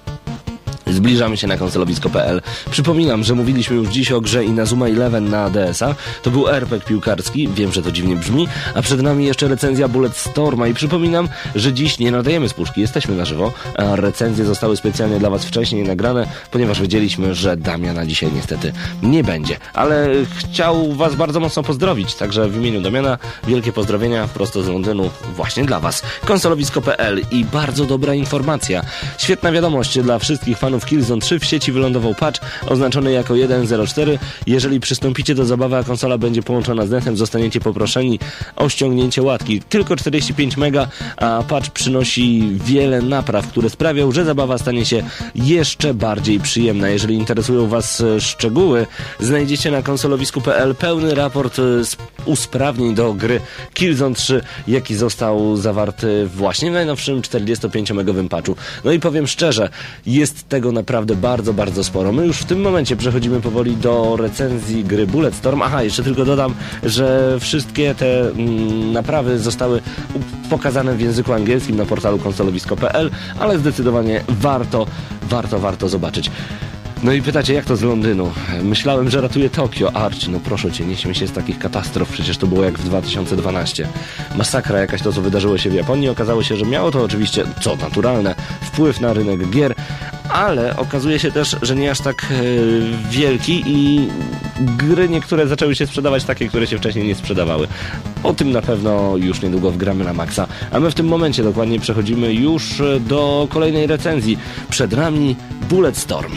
zbliżamy się na konsolowisko kropka p l. Przypominam, że mówiliśmy już dziś o grze Inazuma Eleven na D S a. To był er pe gie piłkarski, wiem, że to dziwnie brzmi, a przed nami jeszcze recenzja Bulletstorma i przypominam, że dziś nie nadajemy z puszki, jesteśmy na żywo, a recenzje zostały specjalnie dla was wcześniej nagrane, ponieważ wiedzieliśmy, że Damiana dzisiaj niestety nie będzie. Ale chciał was bardzo mocno pozdrowić, także w imieniu Damiana wielkie pozdrowienia prosto z Londynu właśnie dla was. Konsolowisko kropka p l i bardzo dobra informacja. Świetna wiadomość dla wszystkich fanów Killzone trzy. W sieci wylądował patch oznaczony jako jeden zero cztery. Jeżeli przystąpicie do zabawy, a konsola będzie połączona z netem, zostaniecie poproszeni o ściągnięcie łatki. Tylko czterdzieści pięć mega, a patch przynosi wiele napraw, które sprawią, że zabawa stanie się jeszcze bardziej przyjemna. Jeżeli interesują was szczegóły, znajdziecie na konsolowisku kropka p l pełny raport z usprawnień do gry Killzone trzy, jaki został zawarty właśnie w najnowszym czterdziestopięciomegowym patchu. No i powiem szczerze, jest tego naprawdę bardzo, bardzo sporo. My już w tym momencie przechodzimy powoli do recenzji gry Bulletstorm. Aha, jeszcze tylko dodam, że wszystkie te mm, naprawy zostały pokazane w języku angielskim na portalu konsolowisko kropka p l, ale zdecydowanie warto, warto, warto zobaczyć. No i pytacie, jak to z Londynu? Myślałem, że ratuje Tokio. Archie, no proszę cię, nie śmiej się z takich katastrof, przecież to było jak w dwa tysiące dwunastym. Masakra jakaś to, co wydarzyło się w Japonii. Okazało się, że miało to oczywiście, co naturalne, wpływ na rynek gier, ale okazuje się też, że nie aż tak e, wielki i gry niektóre zaczęły się sprzedawać takie, które się wcześniej nie sprzedawały. O tym na pewno już niedługo wgramy na maksa. A my w tym momencie dokładnie przechodzimy już do kolejnej recenzji. Przed nami Bulletstorm.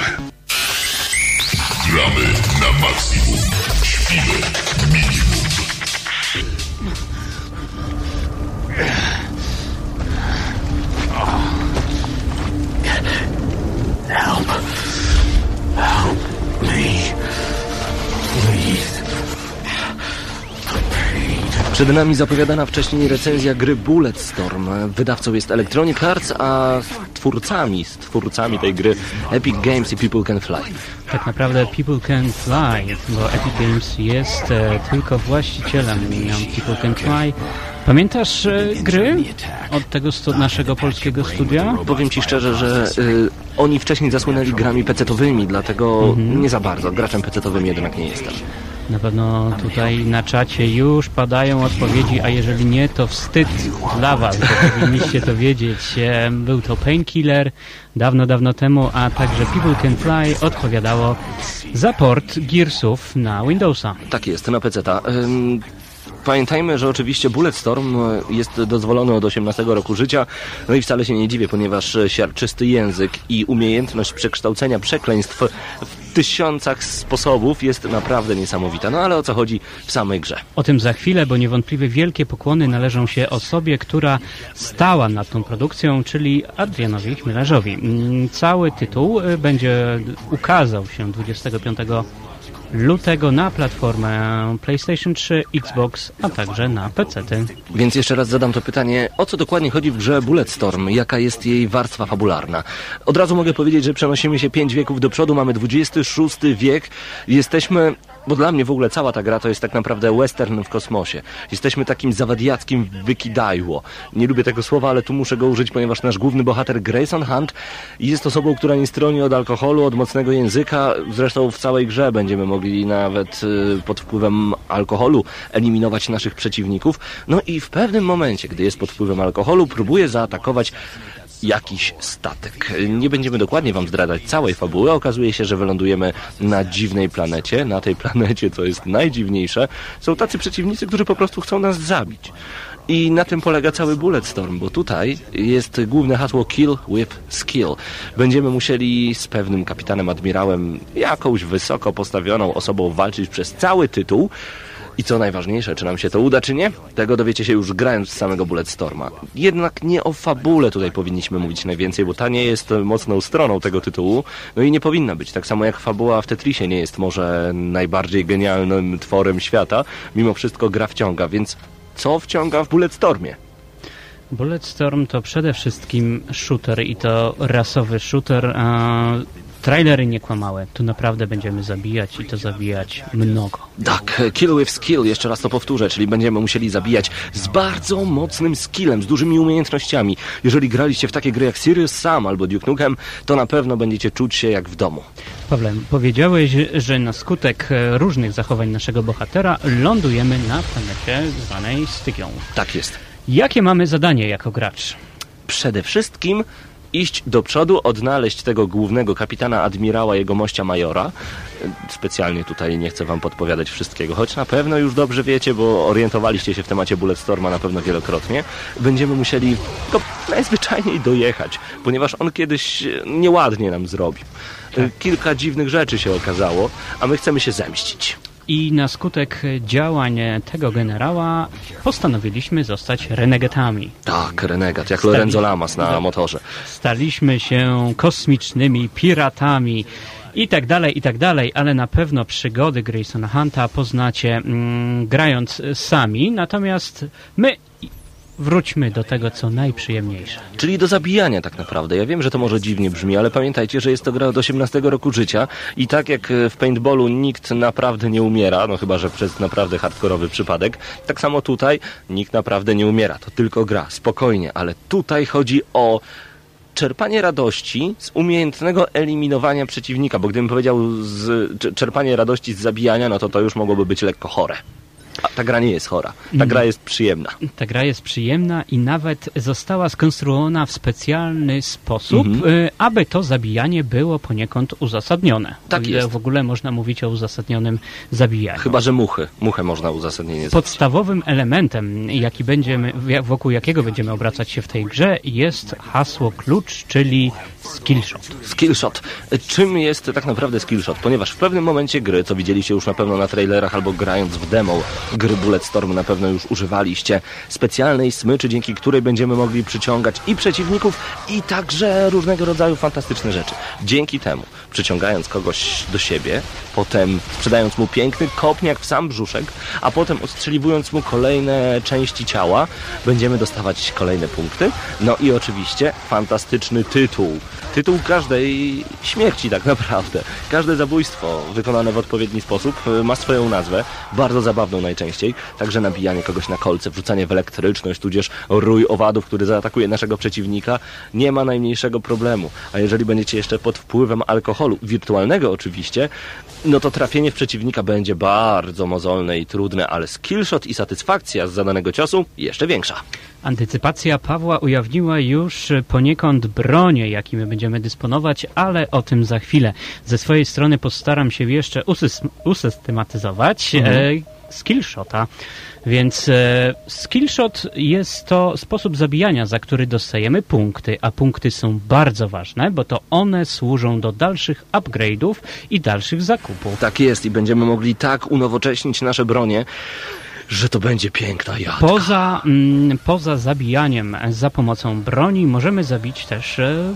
Gramy na maksimum. Śpimy minimum. Help. Help me. Please. Przed nami zapowiadana wcześniej recenzja gry Bulletstorm. Wydawcą jest Electronic Arts, a twórcami, z twórcami tej gry Epic Games i People Can Fly. Tak naprawdę People Can Fly, bo Epic Games jest e, tylko właścicielem People Can Fly. Pamiętasz e, gry od tego stu- naszego polskiego studia? Powiem ci szczerze, że y, oni wcześniej zasłynęli grami pecetowymi, dlatego mhm. nie za bardzo. Graczem pecetowym jednak nie jestem. Na pewno tutaj na czacie już padają odpowiedzi, a jeżeli nie, to wstyd dla was, bo powinniście to wiedzieć. Był to Painkiller dawno, dawno temu, a także People Can Fly odpowiadało za port Gearsów na Windowsa. Tak jest, na peceta. Ym... Pamiętajmy, że oczywiście Bulletstorm jest dozwolony od osiemnastego roku życia, no i wcale się nie dziwię, ponieważ siarczysty język i umiejętność przekształcenia przekleństw w tysiącach sposobów jest naprawdę niesamowita. No ale o co chodzi w samej grze? O tym za chwilę, bo niewątpliwie wielkie pokłony należą się osobie, która stała nad tą produkcją, czyli Adrianowi Chmielarzowi. Cały tytuł będzie ukazał się dwudziestego piątego lutego na platformę PlayStation trzy, Xbox, a także na pecety. Więc jeszcze raz zadam to pytanie, o co dokładnie chodzi w grze Bulletstorm? Jaka jest jej warstwa fabularna? Od razu mogę powiedzieć, że przenosimy się pięć wieków do przodu, mamy dwudziesty szósty wiek, jesteśmy... Bo dla mnie w ogóle cała ta gra to jest tak naprawdę western w kosmosie. Jesteśmy takim zawadiackim wykidajło. Nie lubię tego słowa, ale tu muszę go użyć, ponieważ nasz główny bohater Grayson Hunt jest osobą, która nie stroni od alkoholu, od mocnego języka. Zresztą w całej grze będziemy mogli nawet y, pod wpływem alkoholu eliminować naszych przeciwników. No i w pewnym momencie, gdy jest pod wpływem alkoholu, próbuje zaatakować jakiś statek. Nie będziemy dokładnie wam zdradzać całej fabuły. Okazuje się, że wylądujemy na dziwnej planecie. Na tej planecie, co jest najdziwniejsze, są tacy przeciwnicy, którzy po prostu chcą nas zabić. I na tym polega cały Bulletstorm, bo tutaj jest główne hasło Kill with Skill. Będziemy musieli z pewnym kapitanem admirałem, jakąś wysoko postawioną osobą walczyć przez cały tytuł. I co najważniejsze, czy nam się to uda, czy nie? Tego dowiecie się już grając z samego Bulletstorma. Jednak nie o fabule tutaj powinniśmy mówić najwięcej, bo ta nie jest mocną stroną tego tytułu. No i nie powinna być. Tak samo jak fabuła w Tetrisie nie jest może najbardziej genialnym tworem świata. Mimo wszystko gra wciąga, więc co wciąga w Bulletstormie? Bulletstorm to przede wszystkim shooter i to rasowy shooter. A trailery nie kłamały. Tu naprawdę będziemy zabijać i to zabijać mnogo. Tak, kill with skill, jeszcze raz to powtórzę, czyli będziemy musieli zabijać z bardzo mocnym skillem, z dużymi umiejętnościami. Jeżeli graliście w takie gry jak Serious Sam albo Duke Nukem, to na pewno będziecie czuć się jak w domu. Pawle, powiedziałeś, że na skutek różnych zachowań naszego bohatera lądujemy na planecie zwanej Stygią. Tak jest. Jakie mamy zadanie jako gracz? Przede wszystkim iść do przodu, odnaleźć tego głównego kapitana admirała, jego mościa majora. Specjalnie tutaj nie chcę wam podpowiadać wszystkiego, choć na pewno już dobrze wiecie, bo orientowaliście się w temacie Bulletstorma na pewno wielokrotnie. Będziemy musieli go najzwyczajniej dojechać, ponieważ on kiedyś nieładnie nam zrobił. Kilka dziwnych rzeczy się okazało, a my chcemy się zemścić. I na skutek działań tego generała postanowiliśmy zostać renegatami. Tak, renegat, jak Lorenzo Lamas na motorze. Staliśmy się kosmicznymi piratami i tak dalej, i tak dalej, ale na pewno przygody Graysona Hunta poznacie mm, grając sami, natomiast my wróćmy do tego, co najprzyjemniejsze. Czyli do zabijania tak naprawdę. Ja wiem, że to może dziwnie brzmi, ale pamiętajcie, że jest to gra od osiemnastego roku życia i tak jak w paintballu nikt naprawdę nie umiera, no chyba że przez naprawdę hardkorowy przypadek, tak samo tutaj nikt naprawdę nie umiera. To tylko gra, spokojnie, ale tutaj chodzi o czerpanie radości z umiejętnego eliminowania przeciwnika, bo gdybym powiedział z, czerpanie radości z zabijania, no to to już mogłoby być lekko chore. A ta gra nie jest chora. Ta gra jest przyjemna. Ta gra jest przyjemna i nawet została skonstruowana w specjalny sposób, mhm. y, aby to zabijanie było poniekąd uzasadnione. Tak jest. W ogóle można mówić o uzasadnionym zabijaniu. Chyba że muchy. Muchę można uzasadnienie zabić. Podstawowym elementem, jaki będziemy, wokół jakiego będziemy obracać się w tej grze, jest hasło klucz, czyli skillshot. Skillshot. Czym jest tak naprawdę skillshot? Ponieważ w pewnym momencie gry, co widzieliście już na pewno na trailerach albo grając w demo gry Bulletstorm, na pewno już używaliście specjalnej smyczy, dzięki której będziemy mogli przyciągać i przeciwników, i także różnego rodzaju fantastyczne rzeczy. Dzięki temu, przyciągając kogoś do siebie, potem sprzedając mu piękny kopniak w sam brzuszek, a potem odstrzeliwując mu kolejne części ciała, będziemy dostawać kolejne punkty. No i oczywiście fantastyczny tytuł. Tytuł każdej śmierci tak naprawdę. Każde zabójstwo wykonane w odpowiedni sposób ma swoją nazwę, bardzo zabawną najczęściej. Także nabijanie kogoś na kolce, wrzucanie w elektryczność, tudzież rój owadów, który zaatakuje naszego przeciwnika, nie ma najmniejszego problemu. A jeżeli będziecie jeszcze pod wpływem alkoholu, wirtualnego oczywiście, no to trafienie w przeciwnika będzie bardzo mozolne i trudne, ale skillshot i satysfakcja z zadanego ciosu jeszcze większa. Antycypacja Pawła ujawniła już poniekąd bronie, jakimi będziemy dysponować, ale o tym za chwilę. Ze swojej strony postaram się jeszcze usys- usystematyzować mhm. e, skillshota. Więc e, skillshot jest to sposób zabijania, za który dostajemy punkty, a punkty są bardzo ważne, bo to one służą do dalszych upgrade'ów i dalszych zakupów. Tak jest i będziemy mogli tak unowocześnić nasze bronie, że to będzie piękna jadka. Poza, mm, poza zabijaniem za pomocą broni możemy zabić też e,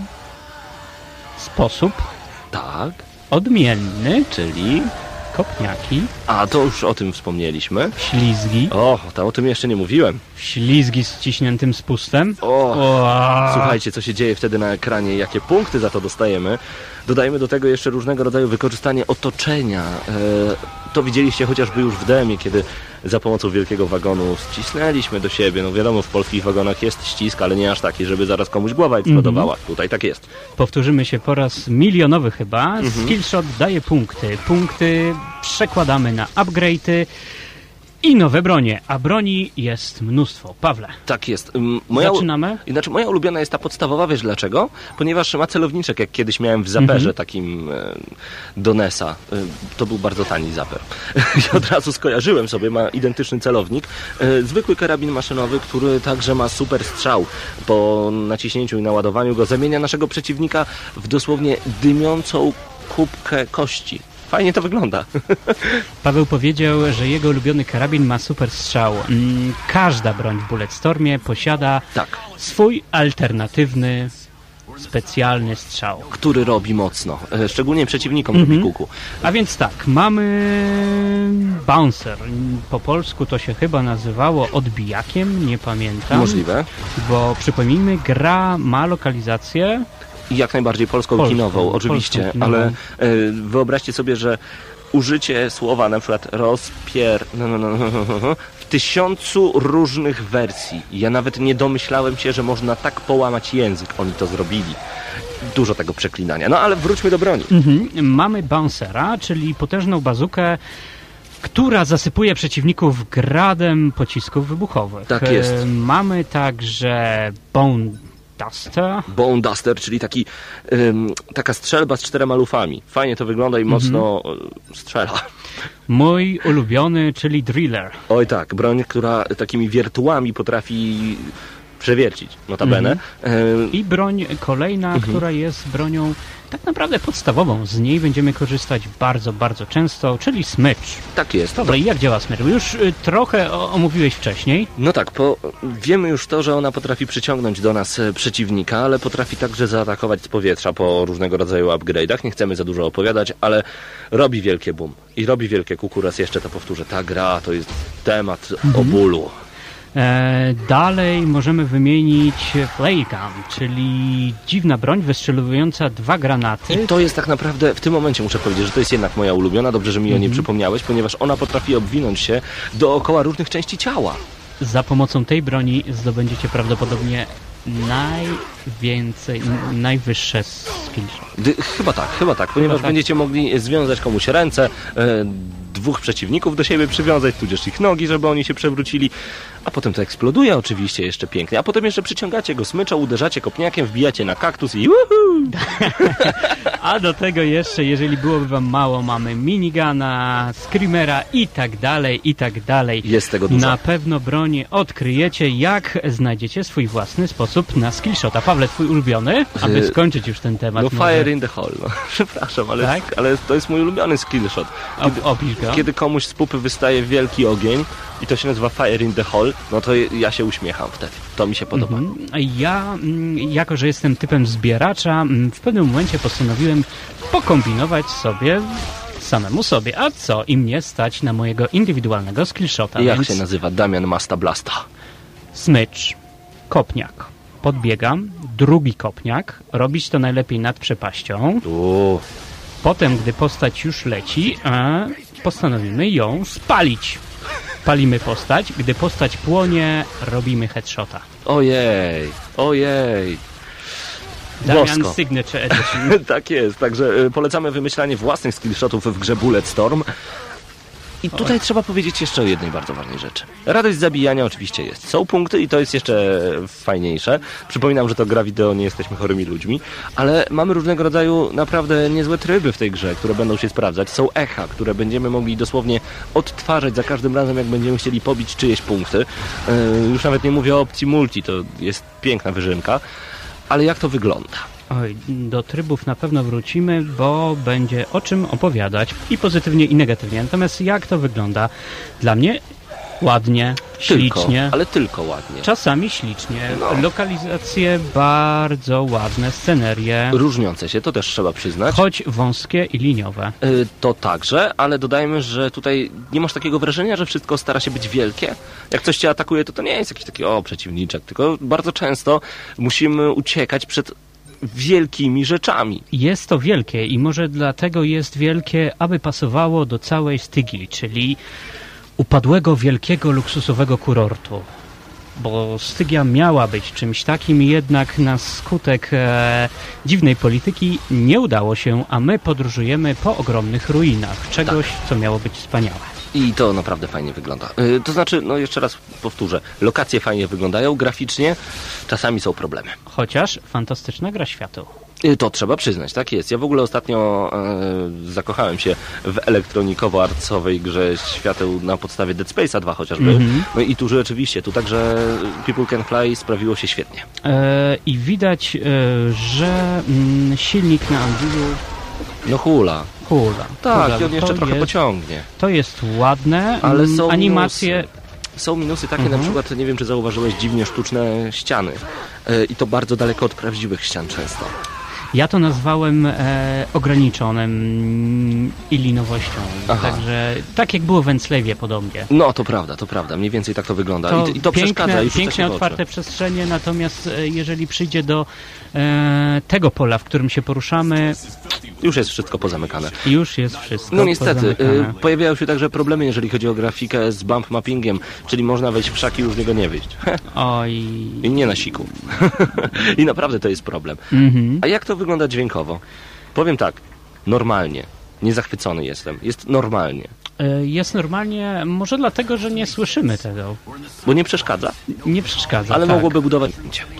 sposób tak odmienny, czyli kopniaki. A, to już o tym wspomnieliśmy. Ślizgi. O, to o tym jeszcze nie mówiłem. Ślizgi z ciśniętym spustem. O, o, słuchajcie, co się dzieje wtedy na ekranie, jakie punkty za to dostajemy. Dodajmy do tego jeszcze różnego rodzaju wykorzystanie otoczenia. E, to widzieliście chociażby już w demie, kiedy za pomocą wielkiego wagonu ścisnęliśmy do siebie. No wiadomo, w polskich wagonach jest ścisk, ale nie aż taki, żeby zaraz komuś głowa eksplodowała. Mm-hmm. Tutaj tak jest. Powtórzymy się po raz milionowy chyba. Mm-hmm. Skillshot daje punkty. Punkty przekładamy na upgrade'y i nowe bronie, a broni jest mnóstwo. Pawle. Tak jest. Moja, Zaczynamy? Znaczy moja ulubiona jest ta podstawowa, wiesz dlaczego? Ponieważ ma celowniczek, jak kiedyś miałem w zaperze mm-hmm. takim e, do Nesa. E, to był bardzo tani zaper. I od razu skojarzyłem sobie, ma identyczny celownik. E, zwykły karabin maszynowy, który także ma super strzał. Po naciśnięciu i naładowaniu go zamienia naszego przeciwnika w dosłownie dymiącą kubkę kości. Fajnie to wygląda. Paweł powiedział, że jego ulubiony karabin ma super strzał. Każda broń w Bulletstormie posiada tak. swój alternatywny, specjalny strzał. Który robi mocno. Szczególnie przeciwnikom mhm. robi kuku. A więc tak, mamy bouncer. Po polsku to się chyba nazywało odbijakiem, nie pamiętam. Możliwe. Bo przypomnijmy, gra ma lokalizację i jak najbardziej polską, polską kinową, oczywiście, polską kinową. Ale e, wyobraźcie sobie, że użycie słowa na przykład rozpier... No, no, no, no, no, w tysiącu różnych wersji. Ja nawet nie domyślałem się, że można tak połamać język. Oni to zrobili. Dużo tego przeklinania. No ale wróćmy do broni. Mhm. Mamy bouncera, czyli potężną bazukę, która zasypuje przeciwników gradem pocisków wybuchowych. Tak jest. E, mamy także Bone Duster. Bone Duster, czyli taki, ym, taka strzelba z czterema lufami. Fajnie to wygląda i mm-hmm. mocno y, strzela. Mój ulubiony, czyli Driller. Oj tak, broń, która takimi wiertułami potrafi przewiercić, notabene. Mm-hmm. Y- I broń kolejna, mm-hmm. która jest bronią tak naprawdę podstawową. Z niej będziemy korzystać bardzo, bardzo często, czyli smycz. Tak jest. Dobra, i jak działa smycz? Już y, trochę o, omówiłeś wcześniej. No tak, po, wiemy już to, że ona potrafi przyciągnąć do nas przeciwnika, ale potrafi także zaatakować z powietrza po różnego rodzaju upgrade'ach. Nie chcemy za dużo opowiadać, ale robi wielkie boom. I robi wielkie kuku. Raz jeszcze to powtórzę. Ta gra to jest temat mhm. o bólu. E, dalej możemy wymienić flare gun, czyli dziwna broń wystrzeliwująca dwa granaty. I to jest tak naprawdę, w tym momencie muszę powiedzieć, że to jest jednak moja ulubiona. Dobrze, że mi mm-hmm. o niej przypomniałeś, ponieważ ona potrafi obwinąć się dookoła różnych części ciała. Za pomocą tej broni zdobędziecie prawdopodobnie najwięcej, najwyższe skillshot. Chyba tak, chyba tak, ponieważ chyba tak. będziecie mogli związać komuś ręce, e, dwóch przeciwników do siebie przywiązać, tudzież ich nogi, żeby oni się przewrócili, a potem to eksploduje oczywiście jeszcze pięknie, a potem jeszcze przyciągacie go smyczą, uderzacie kopniakiem, wbijacie na kaktus i woohoo! A do tego jeszcze, jeżeli byłoby wam mało, mamy minigana, screamera i tak dalej, i tak dalej. Jest tego dużo. Na pewno broń odkryjecie, jak znajdziecie swój własny sposób na skillshota. Pawle, twój ulubiony, aby skończyć już ten temat. No może. Fire in the hole, no. Przepraszam, ale, tak? ale to jest mój ulubiony skillshot. Kiedy, Opisz go. Kiedy komuś z pupy wystaje wielki ogień i to się nazywa Fire in the hole, no to ja się uśmiecham wtedy. To mi się podoba. Mhm. Ja, jako że jestem typem zbieracza, w pewnym momencie postanowiłem pokombinować sobie samemu sobie. A co? I mnie stać na mojego indywidualnego skillshota. Jak więc... się nazywa? Damian Masta Blasta. Smycz, kopniak. Podbiegam, drugi kopniak. Robić to najlepiej nad przepaścią. U. Potem, gdy postać już leci, a postanowimy ją spalić. Palimy postać. Gdy postać płonie, robimy headshota. Ojej, ojej. Damian Signature Edition. Tak jest, także polecamy wymyślanie własnych skillshotów w grze Bulletstorm. I tutaj trzeba powiedzieć jeszcze o jednej bardzo ważnej rzeczy. Radość z zabijania oczywiście jest. Są punkty i to jest jeszcze fajniejsze. Przypominam, że to gra wideo, nie jesteśmy chorymi ludźmi, ale mamy różnego rodzaju naprawdę niezłe tryby w tej grze, które będą się sprawdzać. Są echa, które będziemy mogli dosłownie odtwarzać za każdym razem, jak będziemy chcieli pobić czyjeś punkty. Yy, już nawet nie mówię o opcji multi, to jest piękna wyżynka. Ale jak to wygląda? Oj, do trybów na pewno wrócimy, bo będzie o czym opowiadać i pozytywnie, i negatywnie. Natomiast jak to wygląda? Dla mnie ładnie, Tylko, ślicznie. ale tylko ładnie. Czasami ślicznie. No. Lokalizacje bardzo ładne, scenerie, Różniące się, to też trzeba przyznać. choć wąskie i liniowe. Y, To także, ale dodajmy, że tutaj nie masz takiego wrażenia, że wszystko stara się być wielkie. Jak coś cię atakuje, to to nie jest jakiś taki o, przeciwniczek, tylko bardzo często musimy uciekać przed wielkimi rzeczami. Jest to wielkie i może dlatego jest wielkie, aby pasowało do całej Stygii, czyli upadłego wielkiego luksusowego kurortu. Bo Stygia miała być czymś takim, jednak na skutek e, dziwnej polityki nie udało się, a my podróżujemy po ogromnych ruinach. Czegoś, co miało być wspaniałe. I to naprawdę fajnie wygląda. Y, To znaczy, no jeszcze raz powtórzę, lokacje fajnie wyglądają, graficznie czasami są problemy. Chociaż fantastyczna gra świateł. Y, To trzeba przyznać, tak jest. Ja w ogóle ostatnio e, zakochałem się w elektronikowo-arcowej grze świateł na podstawie Dead Space'a dwa chociażby. Mhm. No i tu rzeczywiście, tu także People Can Fly sprawiło się świetnie. E, I widać, e, że mm, silnik na Unrealu No hula. hula. Tak, hula. i on jeszcze To trochę jest, pociągnie. To jest ładne, Ale mm, są animacje... minusy. Są minusy takie, Mhm. na przykład, nie wiem czy zauważyłeś, dziwnie sztuczne ściany. E, I to bardzo daleko od prawdziwych ścian często. Ja to nazwałem e, ograniczonym i linowością. Aha. Także tak jak było w Enslave'ie podobnie. No to prawda, to prawda. Mniej więcej tak to wygląda. To, I, I to piękne, przeszkadza. I rzuca piękne się w oczy. otwarte przestrzenie, natomiast e, jeżeli przyjdzie do e, tego pola, w którym się poruszamy, Już jest wszystko pozamykane. już jest wszystko No niestety, pozamykane. y, pojawiają się także problemy, jeżeli chodzi o grafikę z bump mappingiem, czyli można wejść w krzak i już z niego nie wyjść. Oj. I nie na siku. I naprawdę to jest problem. Mhm. A jak to wygląda dźwiękowo? Powiem tak, normalnie. Niezachwycony jestem. Jest normalnie. E, Jest normalnie, może dlatego, że nie słyszymy tego. Bo nie przeszkadza, Nie przeszkadza. ale tak. mogłoby budować...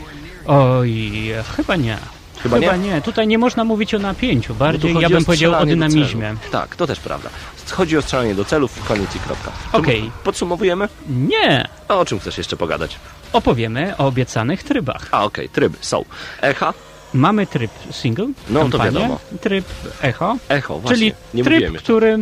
Oj, chyba nie. Chyba nie? Tutaj nie można mówić o napięciu, Bo tu bardziej chodzi ja bym o powiedział o strzelanie do dynamizmie. celu. Tak, to też prawda. Chodzi o strzelanie do celów, koniec i kropka. Czy Okej. Podsumowujemy? Nie! A o czym chcesz jeszcze pogadać? Opowiemy o obiecanych trybach. A okej, tryby są. Echa, Mamy tryb single, No, to kampanię, wiadomo. tryb echo, echo, właśnie. czyli nie mówiłem tryb, jeszcze. którym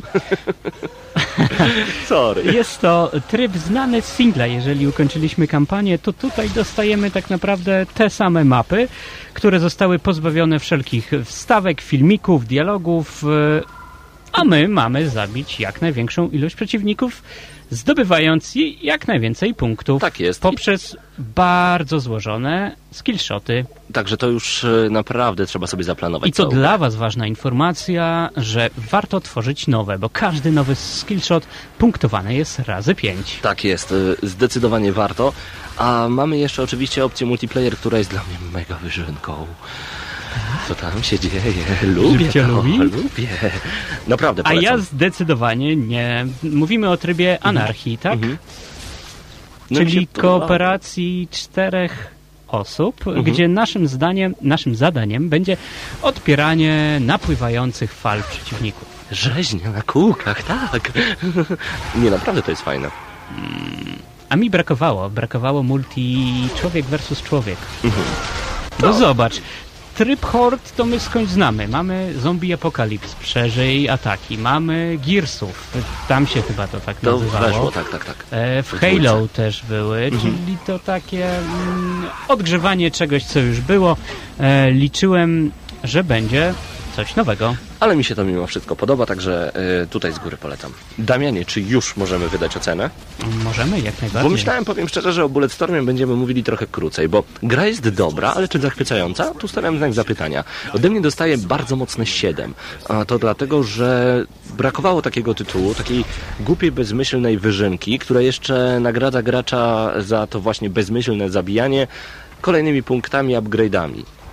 Sorry. jest to tryb znany z singla. Jeżeli ukończyliśmy kampanię, to tutaj dostajemy tak naprawdę te same mapy, które zostały pozbawione wszelkich wstawek, filmików, dialogów, e, a my mamy zabić jak największą ilość przeciwników, zdobywając jak najwięcej punktów Tak jest. poprzez bardzo złożone skillshoty. Także to już e, naprawdę trzeba sobie zaplanować. I to całą dla Was ważna informacja, że warto tworzyć nowe, bo każdy nowy skillshot punktowany jest razy pięć. Tak jest, e, zdecydowanie warto. A mamy jeszcze oczywiście opcję multiplayer, która jest dla mnie mega wyżynką. Co tam się dzieje? Lubię Cię to, lubi? lubię. Naprawdę A polecam. ja zdecydowanie nie. Mówimy o trybie anarchii, tak? Mhm. No mi Czyli się podoba. kooperacji czterech osób, Mhm. gdzie naszym zdaniem, naszym zadaniem będzie odpieranie napływających fal przeciwników. Rzeźnia na kółkach, tak. Nie, naprawdę to jest fajne. A mi brakowało, brakowało multi człowiek versus człowiek. Mhm. No zobacz, tryb Horde to my skądś znamy. Mamy Zombie Apocalypse, przeżyj ataki. Mamy Gearsów, tam się chyba to tak To nazywało. weszło, tak, tak, tak. E, w W Halo dwójce. też były, Mhm. czyli to takie mm, odgrzewanie czegoś, co już było. E, liczyłem, że będzie coś nowego. Ale mi się to mimo wszystko podoba, także e, tutaj z góry polecam. Damianie, czy już możemy wydać ocenę? Możemy, jak Bo najbardziej. myślałem, powiem szczerze, że o Bulletstormie będziemy mówili trochę krócej, bo gra jest dobra, ale czy zachwycająca? Tu stawiam znak zapytania. Ode mnie dostaje bardzo mocne siedem. A to dlatego, że brakowało takiego tytułu, takiej głupiej, bezmyślnej wyżynki, która jeszcze nagradza gracza za to właśnie bezmyślne zabijanie kolejnymi punktami, upgrade'ami.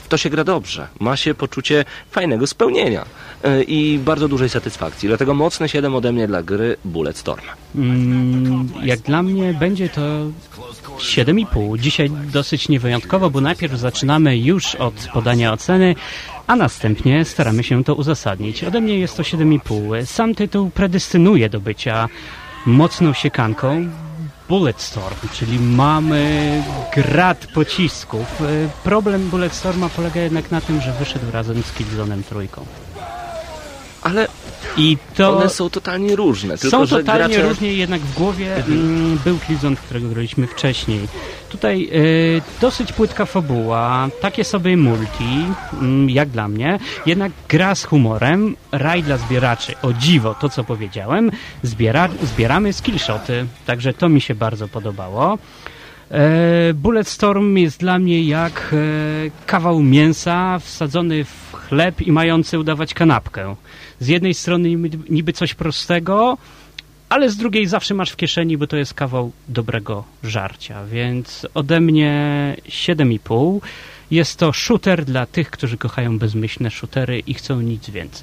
to się gra dobrze. Ma się poczucie fajnego spełnienia yy, i bardzo dużej satysfakcji. Dlatego mocne siedem ode mnie dla gry Bulletstorm. Mm, jak dla mnie będzie to siedem i pół. Dzisiaj dosyć niewyjątkowo, bo najpierw zaczynamy już od podania oceny, a następnie staramy się to uzasadnić. Ode mnie jest to siedem i pół. Sam tytuł predestynuje do bycia mocną siekanką. Bulletstorm, czyli mamy grad pocisków. Problem Bulletstorma polega jednak na tym, że wyszedł razem z Killzone'em trójką. Ale I to one są totalnie różne. Tylko, są że totalnie gracze... różnie, jednak w głowie mm, był Killzone, którego graliśmy wcześniej. Tutaj y, dosyć płytka fabuła, takie sobie multi, mm, jak dla mnie, jednak gra z humorem, raj dla zbieraczy. O dziwo, to co powiedziałem, zbiera, zbieramy skillshoty, także to mi się bardzo podobało. E, Bulletstorm jest dla mnie jak e, kawał mięsa wsadzony w chleb i mający udawać kanapkę. Z jednej strony niby, niby coś prostego, ale z drugiej zawsze masz w kieszeni, bo to jest kawał dobrego żarcia. Więc ode mnie siedem i pół. Jest to shooter dla tych, którzy kochają bezmyślne shootery i chcą nic więcej.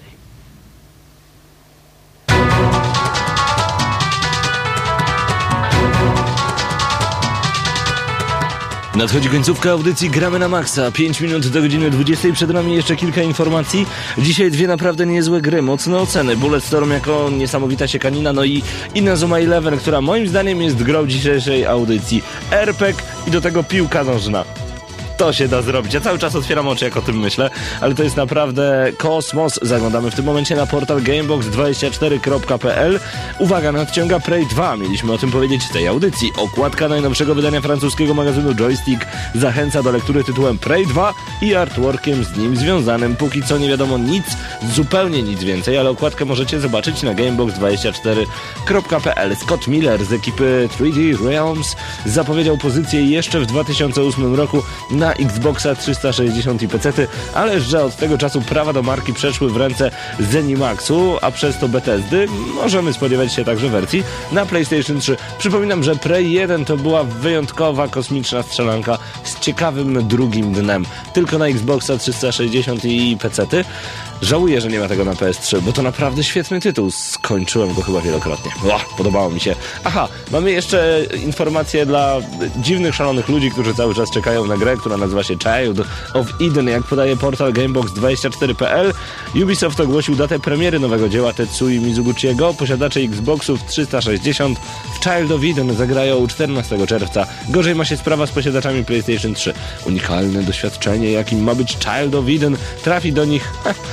Nadchodzi końcówka audycji Gramy na Maxa. pięć minut do godziny dwudziestej. Przed nami jeszcze kilka informacji. Dzisiaj dwie naprawdę niezłe gry, mocne oceny. Bulletstorm jako niesamowita siekanina, no i Inazuma Eleven, która moim zdaniem jest grą dzisiejszej audycji. R P G i do tego piłka nożna. To się da zrobić. Ja cały czas otwieram oczy, jak o tym myślę, ale to jest naprawdę kosmos. Zaglądamy w tym momencie na portal gamebox dwadzieścia cztery kropka p l. Uwaga, nadciąga Prey dwa. Mieliśmy o tym powiedzieć w tej audycji. Okładka najnowszego wydania francuskiego magazynu Joystick zachęca do lektury tytułem Prey dwa i artworkiem z nim związanym. Póki co nie wiadomo nic, zupełnie nic więcej, ale okładkę możecie zobaczyć na gamebox dwadzieścia cztery kropka p l. Scott Miller z ekipy trzy D Realms zapowiedział pozycję jeszcze w dwa tysiące ósmym roku na Xboxa trzysta sześćdziesiąt i pecety, ale że od tego czasu prawa do marki przeszły w ręce Zenimaxu, a przez to Bethesdy, możemy spodziewać się także wersji na PlayStation trzy. Przypominam, że Prey jeden to była wyjątkowa kosmiczna strzelanka z ciekawym drugim dnem. Tylko na Xboxa trzysta sześćdziesiąt i pecety. Żałuję, że nie ma tego na P S trzy, bo to naprawdę świetny tytuł. Skończyłem go chyba wielokrotnie. O, podobało mi się. Aha, mamy jeszcze informacje dla dziwnych, szalonych ludzi, którzy cały czas czekają na grę, która nazywa się Child of Eden. Jak podaje portal gamebox dwadzieścia cztery kropka p l, Ubisoft ogłosił datę premiery nowego dzieła Tetsui Mizuguchiego. Posiadacze Xboxów trzysta sześćdziesiąt w Child of Eden zagrają czternastego czerwca. Gorzej ma się sprawa z posiadaczami PlayStation trzy. Unikalne doświadczenie, jakim ma być Child of Eden, trafi do nich...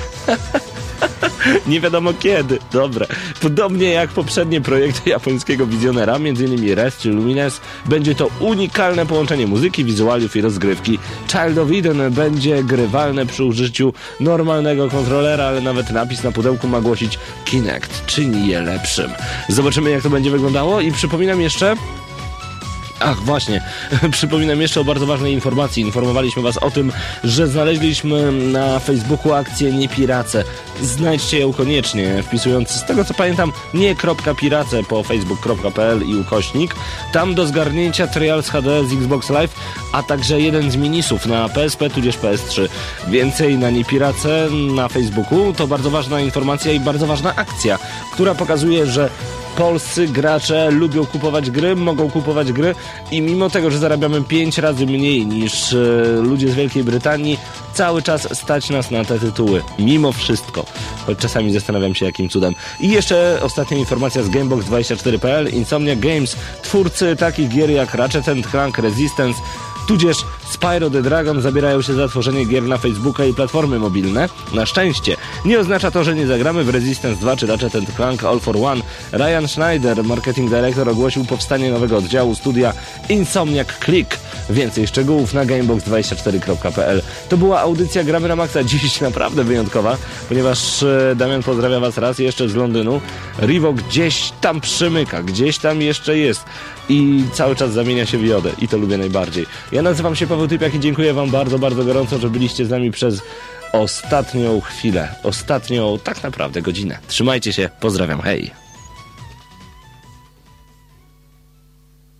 nie wiadomo kiedy. Dobra. Podobnie jak poprzednie projekty japońskiego wizjonera, m.in. Rest czy Lumines, będzie to unikalne połączenie muzyki, wizualiów i rozgrywki. Child of Eden będzie grywalne przy użyciu normalnego kontrolera, ale nawet napis na pudełku ma głosić Kinect. Czyni je lepszym. Zobaczymy, jak to będzie wyglądało i przypominam jeszcze... Ach, właśnie, przypominam jeszcze o bardzo ważnej informacji. Informowaliśmy was o tym, że znaleźliśmy na Facebooku akcję Nie Pirace. Znajdźcie ją koniecznie, wpisując, z tego co pamiętam, nie.pirace po facebook kropka p l i ukośnik. Tam do zgarnięcia Trials H D z Xbox Live, a także jeden z minisów na P S P tudzież P S trzy. Więcej na Nie Pirace na Facebooku. To bardzo ważna informacja i bardzo ważna akcja, która pokazuje, że polscy gracze lubią kupować gry, mogą kupować gry i mimo tego, że zarabiamy pięć razy mniej niż e, ludzie z Wielkiej Brytanii, cały czas stać nas na te tytuły. Mimo wszystko. Choć czasami zastanawiam się, jakim cudem. I jeszcze ostatnia informacja z gamebox dwadzieścia cztery kropka p l. Insomniac Games, twórcy takich gier jak Ratchet and Clank, Resistance, tudzież Spyro the Dragon zabierają się za tworzenie gier na Facebooka i platformy mobilne. Na szczęście. Nie oznacza to, że nie zagramy w Resistance dwa czy Ratchet and Clank All for One. Ryan Schneider, marketing director, ogłosił powstanie nowego oddziału studia Insomniac Click. Więcej szczegółów na gamebox dwadzieścia cztery kropka p l. To była audycja Gramy na Maxa, dziś naprawdę wyjątkowa, ponieważ e, Damian pozdrawia was raz jeszcze z Londynu. Rivo gdzieś tam przymyka, gdzieś tam jeszcze jest i cały czas zamienia się w jodę i to lubię najbardziej. Ja nazywam się Paweł Typiak i dziękuję wam bardzo, bardzo gorąco, że byliście z nami przez ostatnią chwilę, ostatnią tak naprawdę godzinę. Trzymajcie się, pozdrawiam, hej!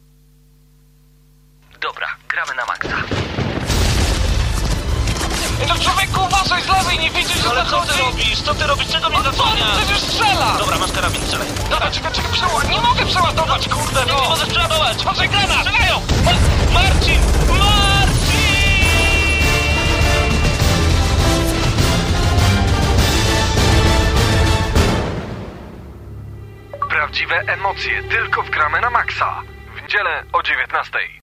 Dobra, gramy na maksa. co ty chodzi? robisz? Co ty robisz? Czego mnie Odpal, zasłaniasz? przecież strzela! Dobra, masz karabin, strzelaj. Dobra, czekaj, czekaj, przeładuj. Nie mogę przeładować, kurde, Nie, nie no! możesz przeładować! Patrzaj, granat! Strzelają! Ma- Marcin! Marcin! Prawdziwe emocje tylko w Gramy na Maxa. W niedzielę o dziewiętnastej.